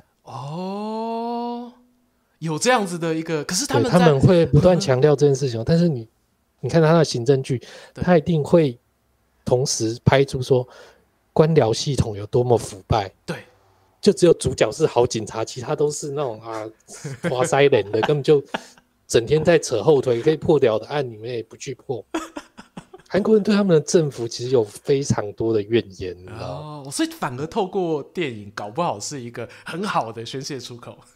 有这样子的一个，可是他们会不断强调这件事情，但是你看他的刑侦剧，他一定会同时拍出说官僚系统有多么腐败， 对， 就只有主角是好警察，其他都是那种花塞人的，根本就整天在扯后腿，可以破掉的案你们也不去破。韩国人对他们的政府其实有非常多的怨言，你知道吗？ 所以反而透过电影，搞不好是一个很好的宣泄出口。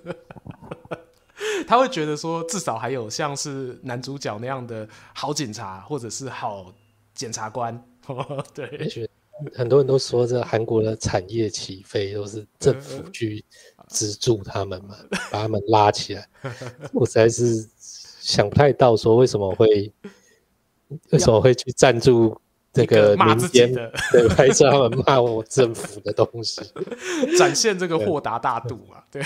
他会觉得说，至少还有像是男主角那样的好警察，或者是好检察官。对。 很多人都说这韩国的产业起飞都是政府去资助他们嘛，把他们拉起来。我实在是想不太到说为什么会去赞助这个民间对拍摄他们骂我政府的东西， 展现这个豁达大度嘛。对，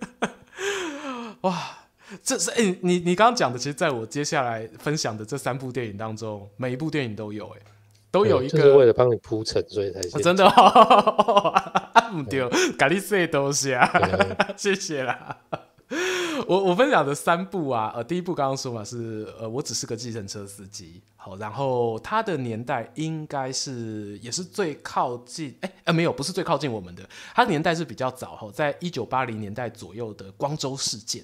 哇，这是你刚刚讲的，其实在我接下来分享的这3部电影当中，每一部电影都有都有一个， 就是为了帮你铺陈，所以才真的不对，咖喱碎东西啊，谢谢啦。我分享的3部第一部刚刚说嘛是我只是个计程车司机，好，然后它的年代应该是也是最靠近，没有，不是最靠近我们的，它的年代是比较早，在1980年代左右的光州事件。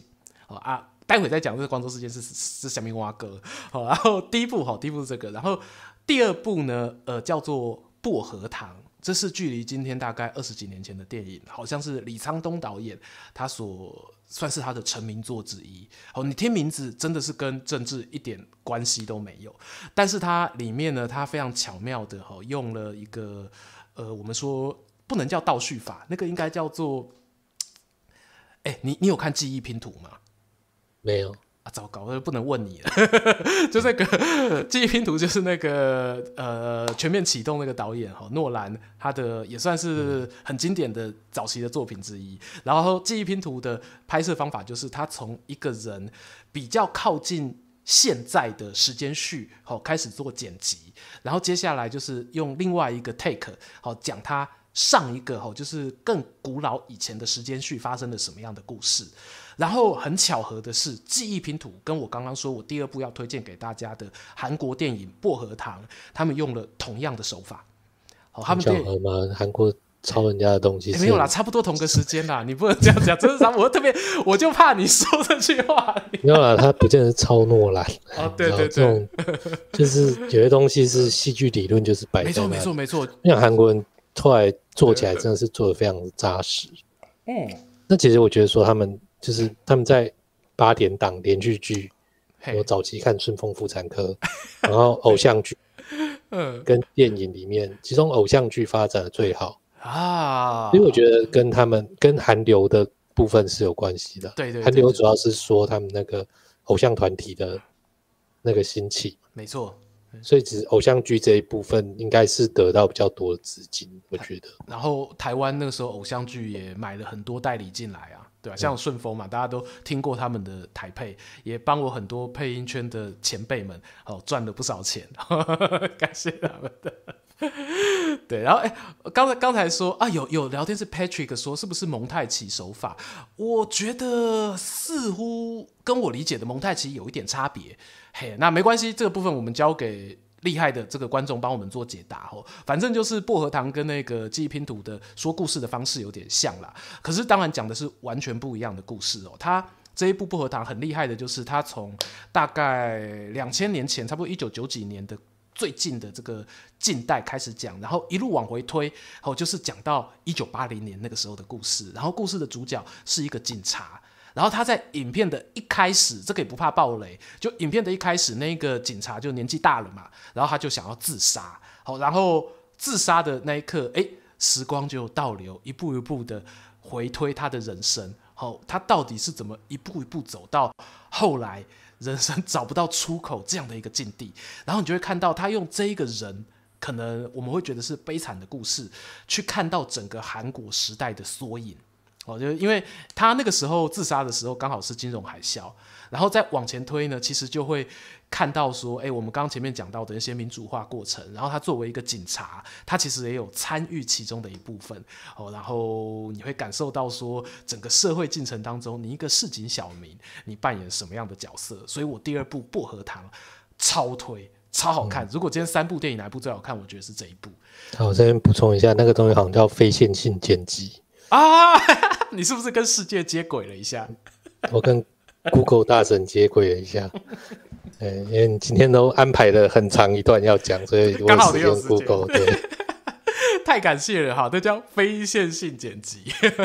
待会再讲这个光州事件是什么蛙哥。好，然后第一部是这个，然后第二部呢，叫做薄荷糖。这是距离今天大概20几年前的电影，好像是李沧东导演，他算是他的成名作之一。你听名字真的是跟政治一点关系都没有，但是它里面呢，它非常巧妙的用了一个我们说不能叫倒叙法，那个应该叫做，你有看记忆拼图吗？ 没有。 糟糕，不能问你了。就那个记忆拼图，就是那个全面启动那个导演诺兰，他的也算是很经典的早期的作品之一。然后记忆拼图的拍摄方法就是他从一个人比较靠近现在的时间序开始做剪辑，然后接下来就是用另外一个 take 讲他上一个就是更古老以前的时间序发生了什么样的故事。然后很巧合的是，记忆拼图跟我刚刚说我第二部要推荐给大家的韩国电影《薄荷糖》，他们用了同样的手法。他们巧合吗？韩国抄人家的东西没有啦，差不多同个时间啦，你不能这样讲，真是我就怕你说这句话。 没有啦，他不见得是抄诺兰。 对， 这种就是有些东西是戏剧理论，就是摆在那里。 没错。 像韩国人后来做起来真的是做得非常的扎实。那其实我觉得说他们在8点档连续剧，我早期看《顺风妇产科》，然后偶像剧跟电影里面，其中偶像剧发展的最好所以我觉得跟他们跟韩流的部分是有关系的。 对， 韩流主要是说他们那个偶像团体的那个兴起， 没错。 所以其实偶像剧这一部分应该是得到比较多的资金，我觉得。 然后台湾那个时候偶像剧也买了很多代理进来啊，对吧？像顺风嘛，大家都听过他们的台配，也帮我很多配音圈的前辈们赚了不少钱，感谢他们的。对，然后刚才说有聊天是 Patrick 说是不是蒙太奇手法？我觉得似乎跟我理解的蒙太奇有一点差别。那没关系，这个部分我们交给厉害的这个观众帮我们做解答反正就是薄荷糖跟那个记忆拼图的说故事的方式有点像啦，可是当然讲的是完全不一样的故事它这一部薄荷糖很厉害的就是它从大概2000年前，差不多1990几年的最近的这个近代开始讲，然后一路往回推就是讲到1980年那个时候的故事，然后故事的主角是一个警察。然后他在影片的一开始，这个也不怕爆雷，就影片的一开始，那个警察就年纪大了嘛，然后他就想要自杀，然后自杀的那一刻，时光就倒流，一步一步的回推他的人生，他到底是怎么一步一步走到后来人生找不到出口这样的一个境地，然后你就会看到他用这一个人，可能我们会觉得是悲惨的故事，去看到整个韩国时代的缩影。就因为他那个时候自杀的时候刚好是金融海啸，然后再往前推呢，其实就会看到说我们刚刚前面讲到的一些民主化过程，然后他作为一个警察，他其实也有参与其中的一部分然后你会感受到说整个社会进程当中，你一个市井小民，你扮演什么样的角色。所以我第二部薄荷糖超推，超好看。如果今天3部电影哪一部最好看，我觉得是这一部。 我这边补充一下，那个东西好像叫非线性剪辑你是不是跟世界接轨了一下？ 我跟 Google 大神接轨了一下。因为你今天都安排了很长一段要讲，所以我使用 Google。对， 太感谢了这叫非线性剪辑。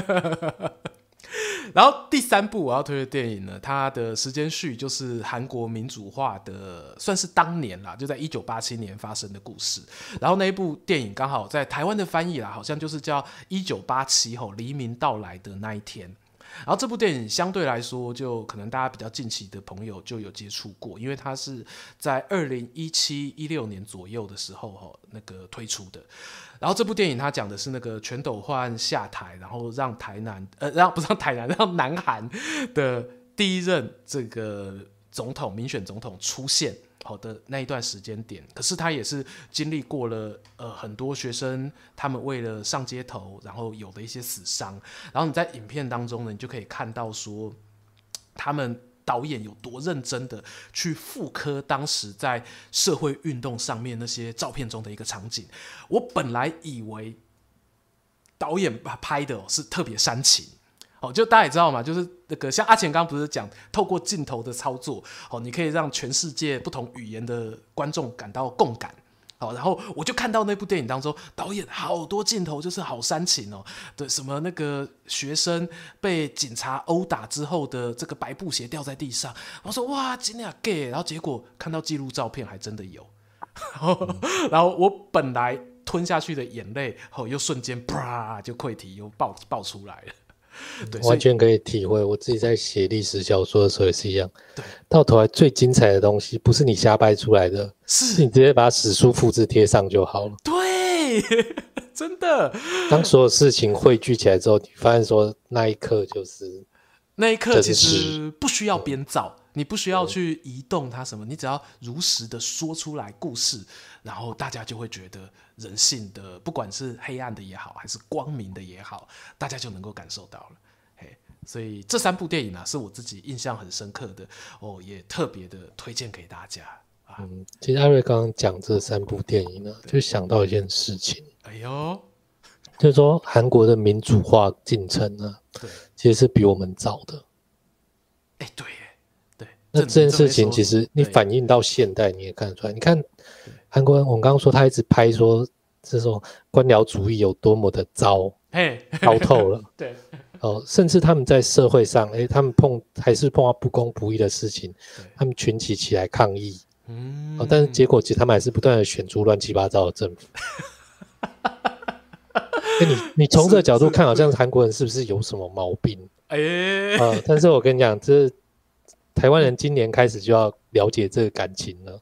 然后第3部我要推的电影呢，它的时间序就是韩国民主化的，算是当年啦，就在1987年发生的故事。然后那一部电影刚好在台湾的翻译啦，好像就是叫1987黎明到来的那一天。然后这部电影相对来说，就可能大家比较近期的朋友就有接触过，因为它是在2017-16年左右的时候那个推出的。然后这部电影它讲的是那个全斗焕下台，然后让让南韩的第一任这个民选总统出现的那一段时间点。可是他也是经历过了很多学生他们为了上街头，然后有的一些死伤。然后你在影片当中呢，你就可以看到说他们导演有多认真的去复刻当时在社会运动上面那些照片中的一个场景。我本来以为导演拍的是特别煽情就大家也知道嘛，就是那个像阿钱刚刚不是讲，透过镜头的操作，你可以让全世界不同语言的观众感到共感。然后我就看到那部电影当中，导演好多镜头就是好煽情哦，对，什么那个学生被警察殴打之后的这个白布鞋掉在地上，我说哇，真的 gay， 然后结果看到记录照片还真的有，然后我本来吞下去的眼泪，又瞬间啪就溃堤又爆出来了。对， 完全可以体会，我自己在写历史小说的时候也是一样。对，到头来最精彩的东西不是你瞎掰出来的，是你直接把史书复制贴上就好了。 对，真的。 当所有事情汇聚起来之后，你发现说那一刻就是那一刻，其实不需要编造，你不需要去移动它什么，你只要如实的说出来故事，然后大家就会觉得人性的，不管是黑暗的也好，还是光明的也好，大家就能够感受到了。所以这3部电影是我自己印象很深刻的也特别的推荐给大家。 其实艾瑞刚刚讲这3部电影呢，就想到一件事情，就是说韩国的民主化进程呢，其实是比我们早的。 对， 那这件事情其实你反映到现代你也看得出来。你看韩国人，我刚刚说他一直拍说这种官僚主义有多么的糟透了。 对， 甚至他们在社会上，他们还是碰到不公不义的事情，他们群起起来抗议。但是结果其实他们还是不断的选出乱七八糟的政府。你从这个角度看，好像韩国人是不是有什么毛病？但是我跟你讲，这台湾人今年开始就要了解这个感情了。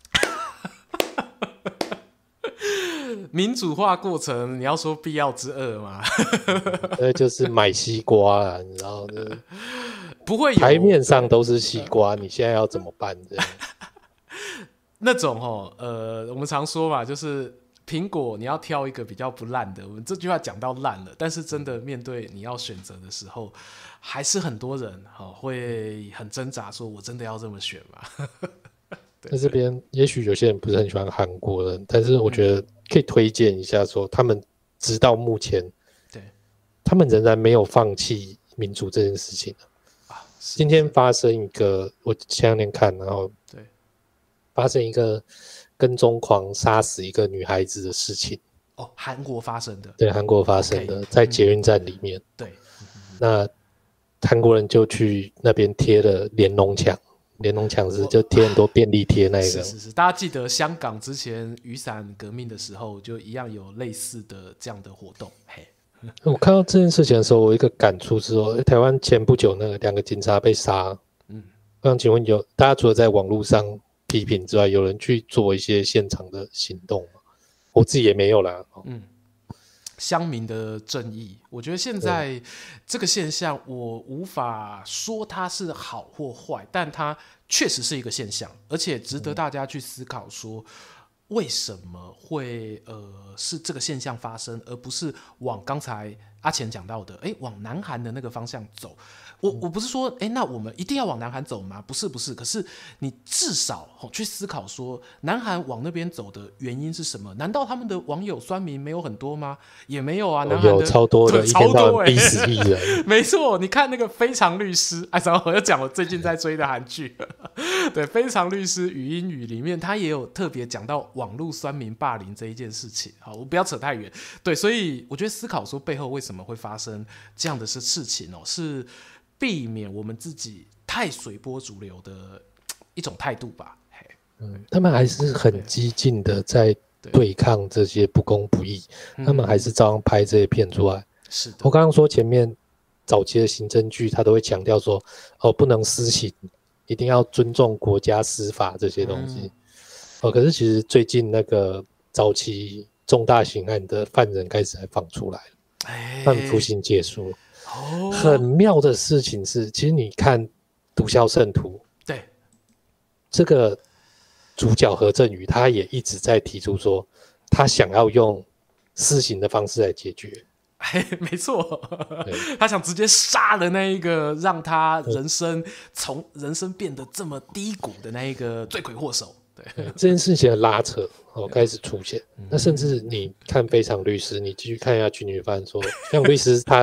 民主化过程，你要说必要之恶吗？ 就是买西瓜啊，你知道不会有台面上都是西瓜，你现在要怎么办？这样那种我们常说嘛，就是苹果你要挑一个比较不烂的，我们这句话讲到烂了，但是真的面对你要选择的时候，还是很多人会很挣扎，说我真的要这么选吗？ 在这边也许有些人不是很喜欢韩国人，但是我觉得可以推荐一下说他们直到目前他们仍然没有放弃民主这件事情。今天发生一个，我前2天看，然后发生一个跟踪狂杀死一个女孩子的事情。 韩国发生的？对， 韩国发生的，在捷运站里面。对，那韩国人就去那边贴了连农墙。连农墙是就贴很多便利贴那个。 是，大家记得香港之前雨伞革命的时候，就一样有类似的这样的活动。 我看到这件事情的时候，我有一个感触是说，台湾前不久那个2个警察被杀。我想请问大家除了在网络上批评之外，有人去做一些现场的行动吗？我自己也没有啦。 乡民的正义，我觉得现在这个现象，我无法说它是好或坏，但它确实是一个现象，而且值得大家去思考说，为什么会是这个现象发生，而不是往刚才阿钱讲到的，往南韩的那个方向走。我不是说，那我们一定要往南韩走吗？不是，可是你至少去思考说，南韩往那边走的原因是什么？难道他们的网友酸民没有很多吗？也没有啊，南韩的有超多的， 超多逼死艺人。 没错，你看那个《非常律师》，然后我又讲我最近在追的韩剧，对，《非常律师语音语》里面，他也有特别讲到网络酸民霸凌这一件事情。好，我不要扯太远。对，所以我觉得思考说背后为什么会发生这样的事情是避免我们自己太随波逐流的一种态度吧。 他们还是很激进的在对抗这些不公不义，他们还是照样拍这些片出来。 是的， 我刚刚说前面早期的刑侦剧，他都会强调说，不能私刑，一定要尊重国家司法这些东西。可是其实最近那个早期重大刑案的犯人开始还放出来了，判服刑结束了。很妙的事情是，其实你看《毒枭圣徒》， 对这个主角何振宇，他也一直在提出说，他想要用私刑的方式来解决。 没错，他想直接杀了那一个让他从人生变得这么低谷的那一个罪魁祸首。对， 这件事情的拉扯开始出现。那甚至你看《非常律师》，你继续看下去，你会发现说，非常律师他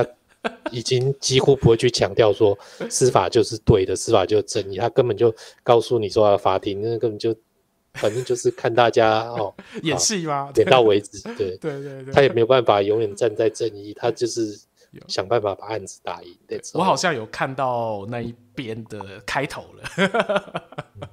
已经几乎不会去强调说司法就是对的，司法就是正义，他根本就告诉你说法庭那根本就反正就是看大家演戏吗？ 演到为止，对对对对， 他也没有办法永远站在正义，他就是想办法把案子打赢。 我好像有看到那一边的开头了，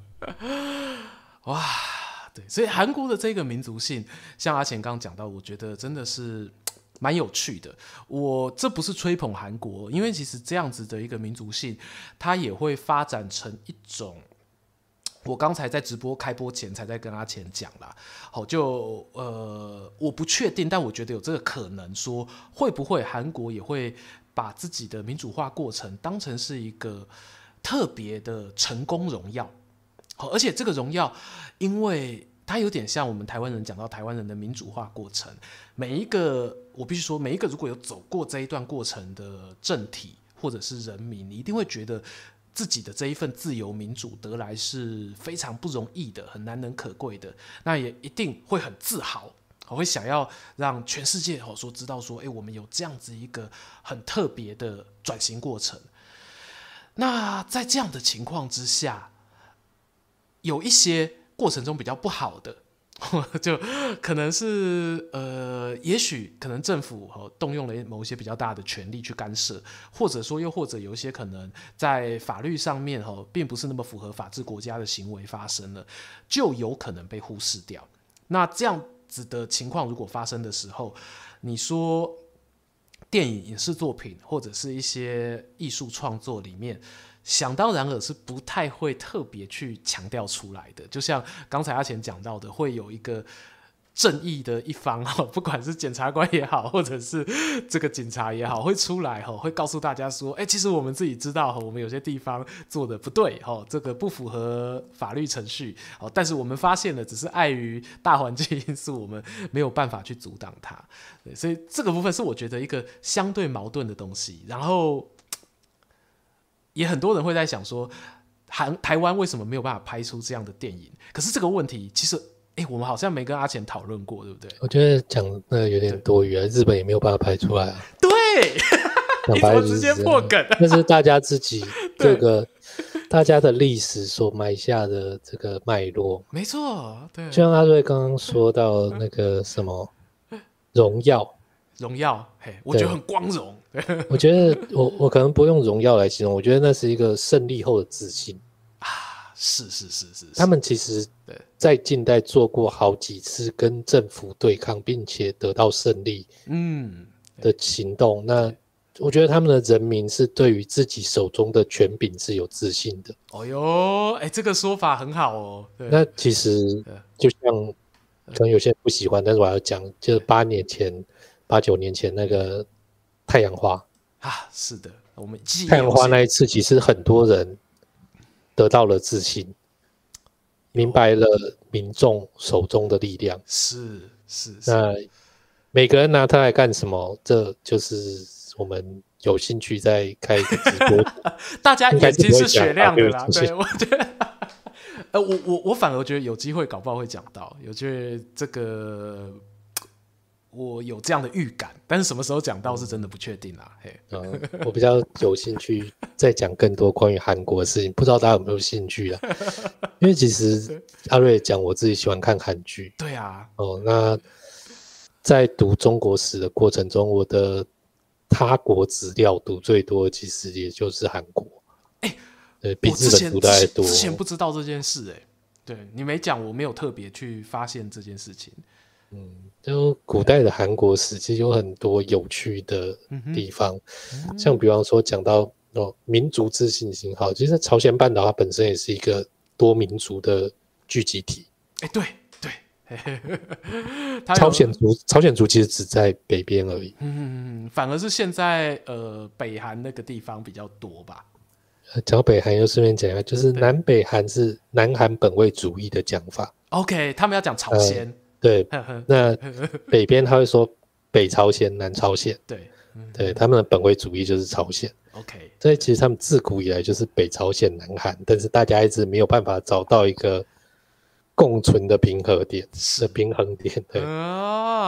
哇，对，所以韩国的这个民族性，像阿钱刚刚讲到，我觉得真的是蛮有趣的。这不是吹捧韩国，因为其实这样子的一个民族性，它也会发展成一种。我刚才在直播开播前才在跟阿钱讲啦，好，我不确定，但我觉得有这个可能，说会不会韩国也会把自己的民主化过程当成是一个特别的成功荣耀，而且这个荣耀，因为它有点像我们台湾人讲到台湾人的民主化过程，我必须说，每一个如果有走过这一段过程的政体或者是人民，你一定会觉得自己的这一份自由民主得来是非常不容易的，很难能可贵的，那也一定会很自豪，会想要让全世界说知道说，我们有这样子一个很特别的转型过程。那在这样的情况之下，有一些过程中比较不好的，就可能是也许可能政府动用了某一些比较大的权力去干涉，或者有一些可能在法律上面并不是那么符合法治国家的行为发生了，就有可能被忽视掉。那这样子的情况如果发生的时候，你说电影、影视作品或者是一些艺术创作里面，想当然尔是不太会特别去强调出来的。就像刚才阿钱讲到的，会有一个正义的一方，不管是检察官也好，或者是这个警察也好，会出来会告诉大家说，其实我们自己知道我们有些地方做的不对，这个不符合法律程序，但是我们发现了，只是碍于大环境因素，我们没有办法去阻挡它。对，所以这个部分是我觉得一个相对矛盾的东西。然后也很多人会在想说，台湾为什么没有办法拍出这样的电影？可是这个问题其实我们好像没跟阿钱讨论过，对不对？ 我觉得讲那有点多余啊，日本也没有办法拍出来啊。 对，你怎么直接破梗？ 那是大家自己这个大家的历史所埋下的这个脉络。 没错，对。 就像阿瑞刚刚说到那个什么荣耀， 我觉得很光荣。 我觉得我可能不用荣耀来形容，我觉得那是一个胜利后的自信啊。是， 他们其实在近代做过好几次跟政府对抗并且得到胜利的行动，那我觉得他们的人民是对于自己手中的权柄是有自信的。 哦哟，这个说法很好哦。对， 那其实就像可能有些人不喜欢，但是我要讲，就是8、9年前那个太阳花啊，是的，我们太阳花那一次，其实很多人得到了自信，明白了民众手中的力量。 是。 那每个人拿它来干什么？这就是我们有兴趣在开一个直播， 大家眼睛是雪亮的啦。对，我觉得，我反而觉得有机会，搞不好会讲到，有觉得这个。我有这样的预感，但是什么时候讲到是真的不确定啦。 我比较有兴趣再讲更多关于韩国的事情，不知道大家有没有兴趣啊？因为其实阿瑞讲我自己喜欢看韩剧， 对啊， 那在读中国史的过程中，我的他国资料读最多，其实也就是韩国。对，比日本读的还多。 之前不知道这件事，对你没讲，我没有特别去发现这件事情。 就古代的韩国史其实有很多有趣的地方，像比方说讲到民族自信心好，其实朝鲜半岛它本身也是一个多民族的聚集体。 对， 朝鲜族其实只在北边而已。 反而是现在北韩那个地方比较多吧。 讲到北韩又顺便讲一下，就是南北韩是南韩本位主义的讲法。 OK， 他们要讲朝鲜。 对，那北边他会说北朝鲜、南朝鲜，对，他们的本位主义就是朝鲜。 OK， 所以其实他们自古以来就是北朝鲜、南韩，但是大家一直没有办法找到一个共存的平衡点。对啊，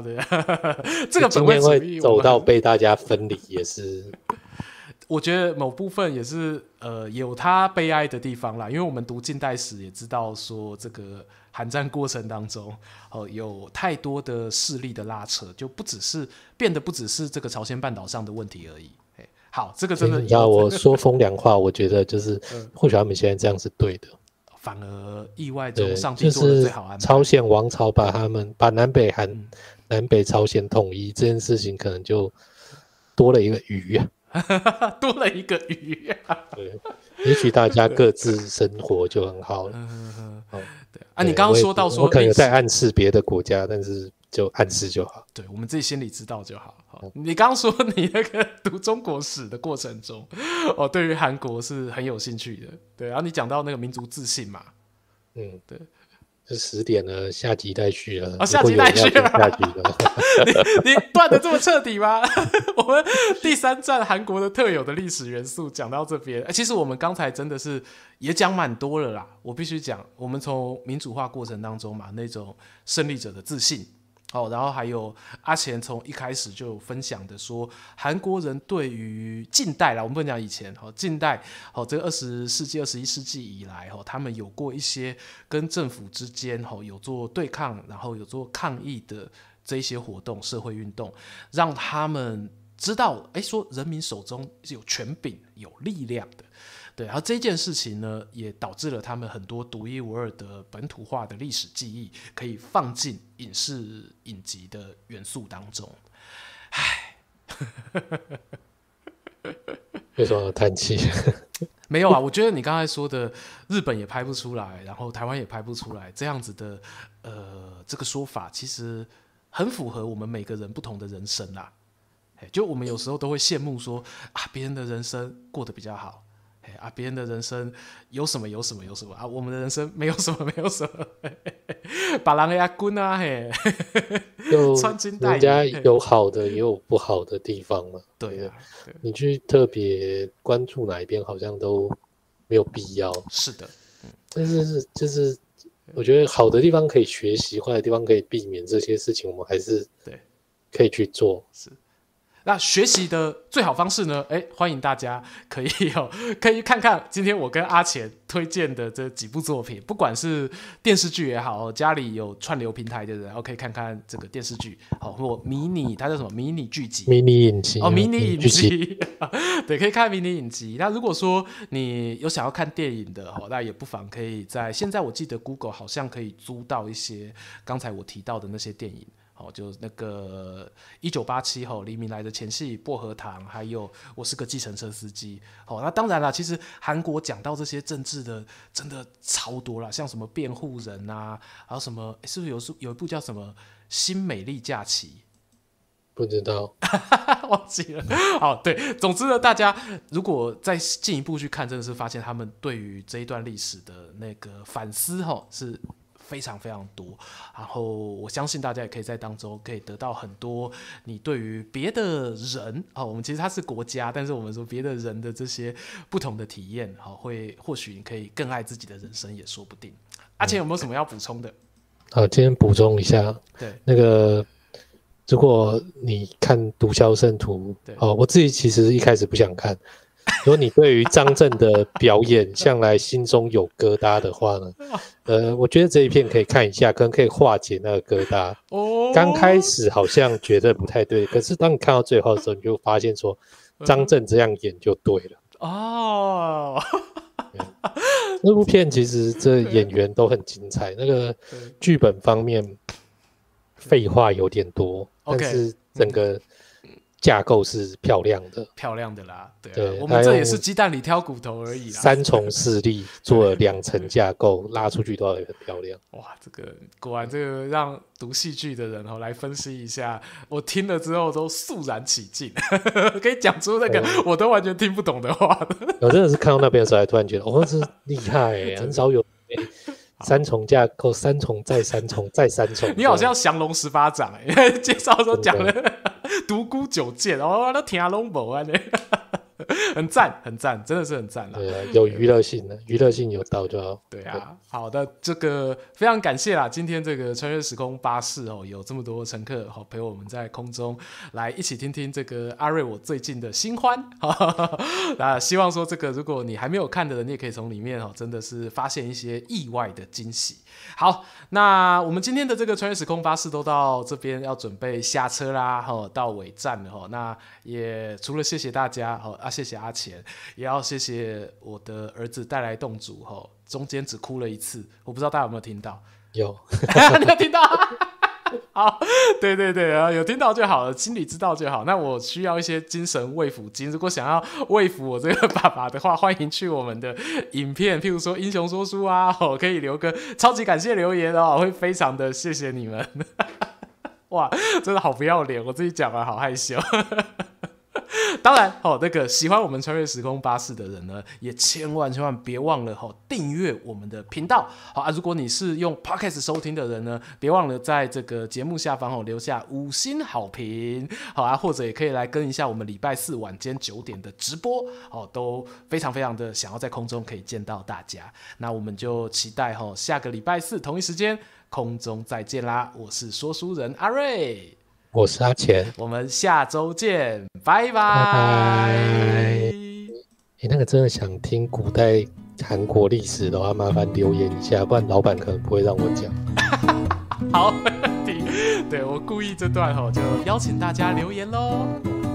对，这个本位主义会走到被大家分离，也是。 我觉得某部分也是有它悲哀的地方啦，因为我们读近代史也知道说，这个韩战过程当中，有太多的势力的拉扯，就变得不只是这个朝鲜半岛上的问题而已。好，这个真的你要我说风凉话，我觉得就是或许他们现在这样是对的， 反而意外中上帝做的最好安排。 朝鲜王朝把南北朝鲜统一这件事情，可能就多了一个鱼啊。 多了一个鱼对，也许大家各自生活就很好了。 对啊，你刚刚说到说， 我可能有在暗示别的国家，但是就暗示就好。 对，我们自己心里知道就好。你刚刚说你那个读中国史的过程中，对于韩国是很有兴趣的。对，然后你讲到那个民族自信嘛，对。 就10点了，下集待续了。 下集待续了， 下集了。 你断的这么彻底吗？我们第3站韩国的特有的历史元素讲到这边，其实我们刚才真的是也讲蛮多了啦。我必须讲，我们从民主化过程当中嘛，那种胜利者的自信。然后还有阿钱从一开始就有分享的说，韩国人对于近代啦，我们不能讲以前，近代这个20世纪、21世纪以来，他们有过一些跟政府之间有做对抗，然后有做抗议的这一些活动、社会运动，让他们知道，说人民手中是有权柄、有力量的。对，然后这件事情呢，也导致了他们很多独一无二的本土化的历史记忆，可以放进影视影集的元素当中。唉， 为什么要叹气？ 没有啊，我觉得你刚才说的日本也拍不出来，然后台湾也拍不出来，这样子的这个说法，其实很符合我们每个人不同的人生啦。就我们有时候都会羡慕说别人的人生过得比较好。别人的人生有什么啊，我们的人生没有什么，把人家滚啊，穿金戴银， 人家有好的也有不好的地方嘛。 对啊， 你去特别关注哪一边，好像都没有必要。 是的， 但是就是我觉得好的地方可以学习，坏的地方可以避免，这些事情我们还是可以去做。 是。那学习的最好方式呢？欢迎大家可以看看今天我跟阿钱推荐的这几部作品，不管是电视剧也好，家里有串流平台的人，可以看看这个电视剧，或迷你，它叫什么迷你剧集、 迷你影集迷你影集，对，可以看迷你影集。那如果说你有想要看电影的，那也不妨可以现在我记得 Google 好像可以租到一些刚才我提到的那些电影。就那个1987黎明来的前夕、薄荷糖，还有我是个计程车司机。那当然啦，其实韩国讲到这些政治的真的超多啦，像什么辩护人啊，还有什么是不是有一部叫什么新美丽假期？ 不知道， 忘记了。好，对，总之呢，大家如果再进一步去看，真的是发现他们对于这一段历史的那个反思是非常非常多，然后我相信大家也可以在当中可以得到很多你对于别的人，我们其实它是国家，但是我们说别的人的这些不同的体验，或许你可以更爱自己的人生也说不定。阿钱有没有什么要补充的？ 好，今天补充一下， 对， 那个如果你看《毒枭圣徒》，我自己其实一开始不想看。如果你对于张震的表演向来心中有疙瘩的话呢，我觉得这一片可以看一下，可能可以化解那个疙瘩。刚开始好像觉得不太对，可是当你看到最后的时候，你就发现说张震这样演就对了。这部片其实这演员都很精彩，那个剧本方面废话有点多，但是整个架构是漂亮的啦。对，我们这也是鸡蛋里挑骨头而已啦。 3重视力做了2层架构，拉出去都很漂亮。 哇，这个果然这个让读戏剧的人来分析一下，我听了之后都肃然起敬，可以讲出那个我都完全听不懂的话的。 我真的是看到那边的时候，还突然觉得，这厉害很少有。3重架构，3重再3重再3重， 你好像降龙18掌介绍的时候讲了独孤9剑，都听拢无安尼。 很赞，很赞，真的是很赞啦。 对啊，有娱乐性的，娱乐性有到就好。 对啊，好的，这个非常感谢啦，今天这个穿越时空巴士有这么多乘客陪我们在空中来一起听听这个阿瑞我最近的新欢。那希望说这个如果你还没有看的人，你也可以从里面真的是发现一些意外的惊喜。好，那我们今天的这个穿越时空巴士都到这边要准备下车啦，到尾站了。那也除了谢谢大家谢谢阿钱，也要谢谢我的儿子带来洞主中间只哭了一次，我不知道大家有没有听到？ 有， 你有听到？好，对对对，有听到就好了，心里知道就好。那我需要一些精神慰抚金，如果想要慰抚我这个爸爸的话，欢迎去我们的影片，譬如说英雄说书啊，可以留个超级感谢留言会非常的谢谢你们。哇，真的好不要脸，我自己讲完好害羞。当然那个喜欢我们穿越时空巴士的人呢，也千万别忘了订阅我们的频道。如果你是用 Podcast 收听的人呢，别忘了在这个节目下方留下5星好评。或者也可以来跟一下我们礼拜四晚间9点的直播，都非常非常的想要在空中可以见到大家。那我们就期待下个礼拜四同一时间空中再见啦！我是说书人阿瑞， 我是阿钱， 我们下周见，拜拜。 拜拜。那个真的想听古代韩国历史的话，麻烦留言一下，不然老板可能不会让我讲。 好，没问题。对，我故意这段就邀请大家留言咯。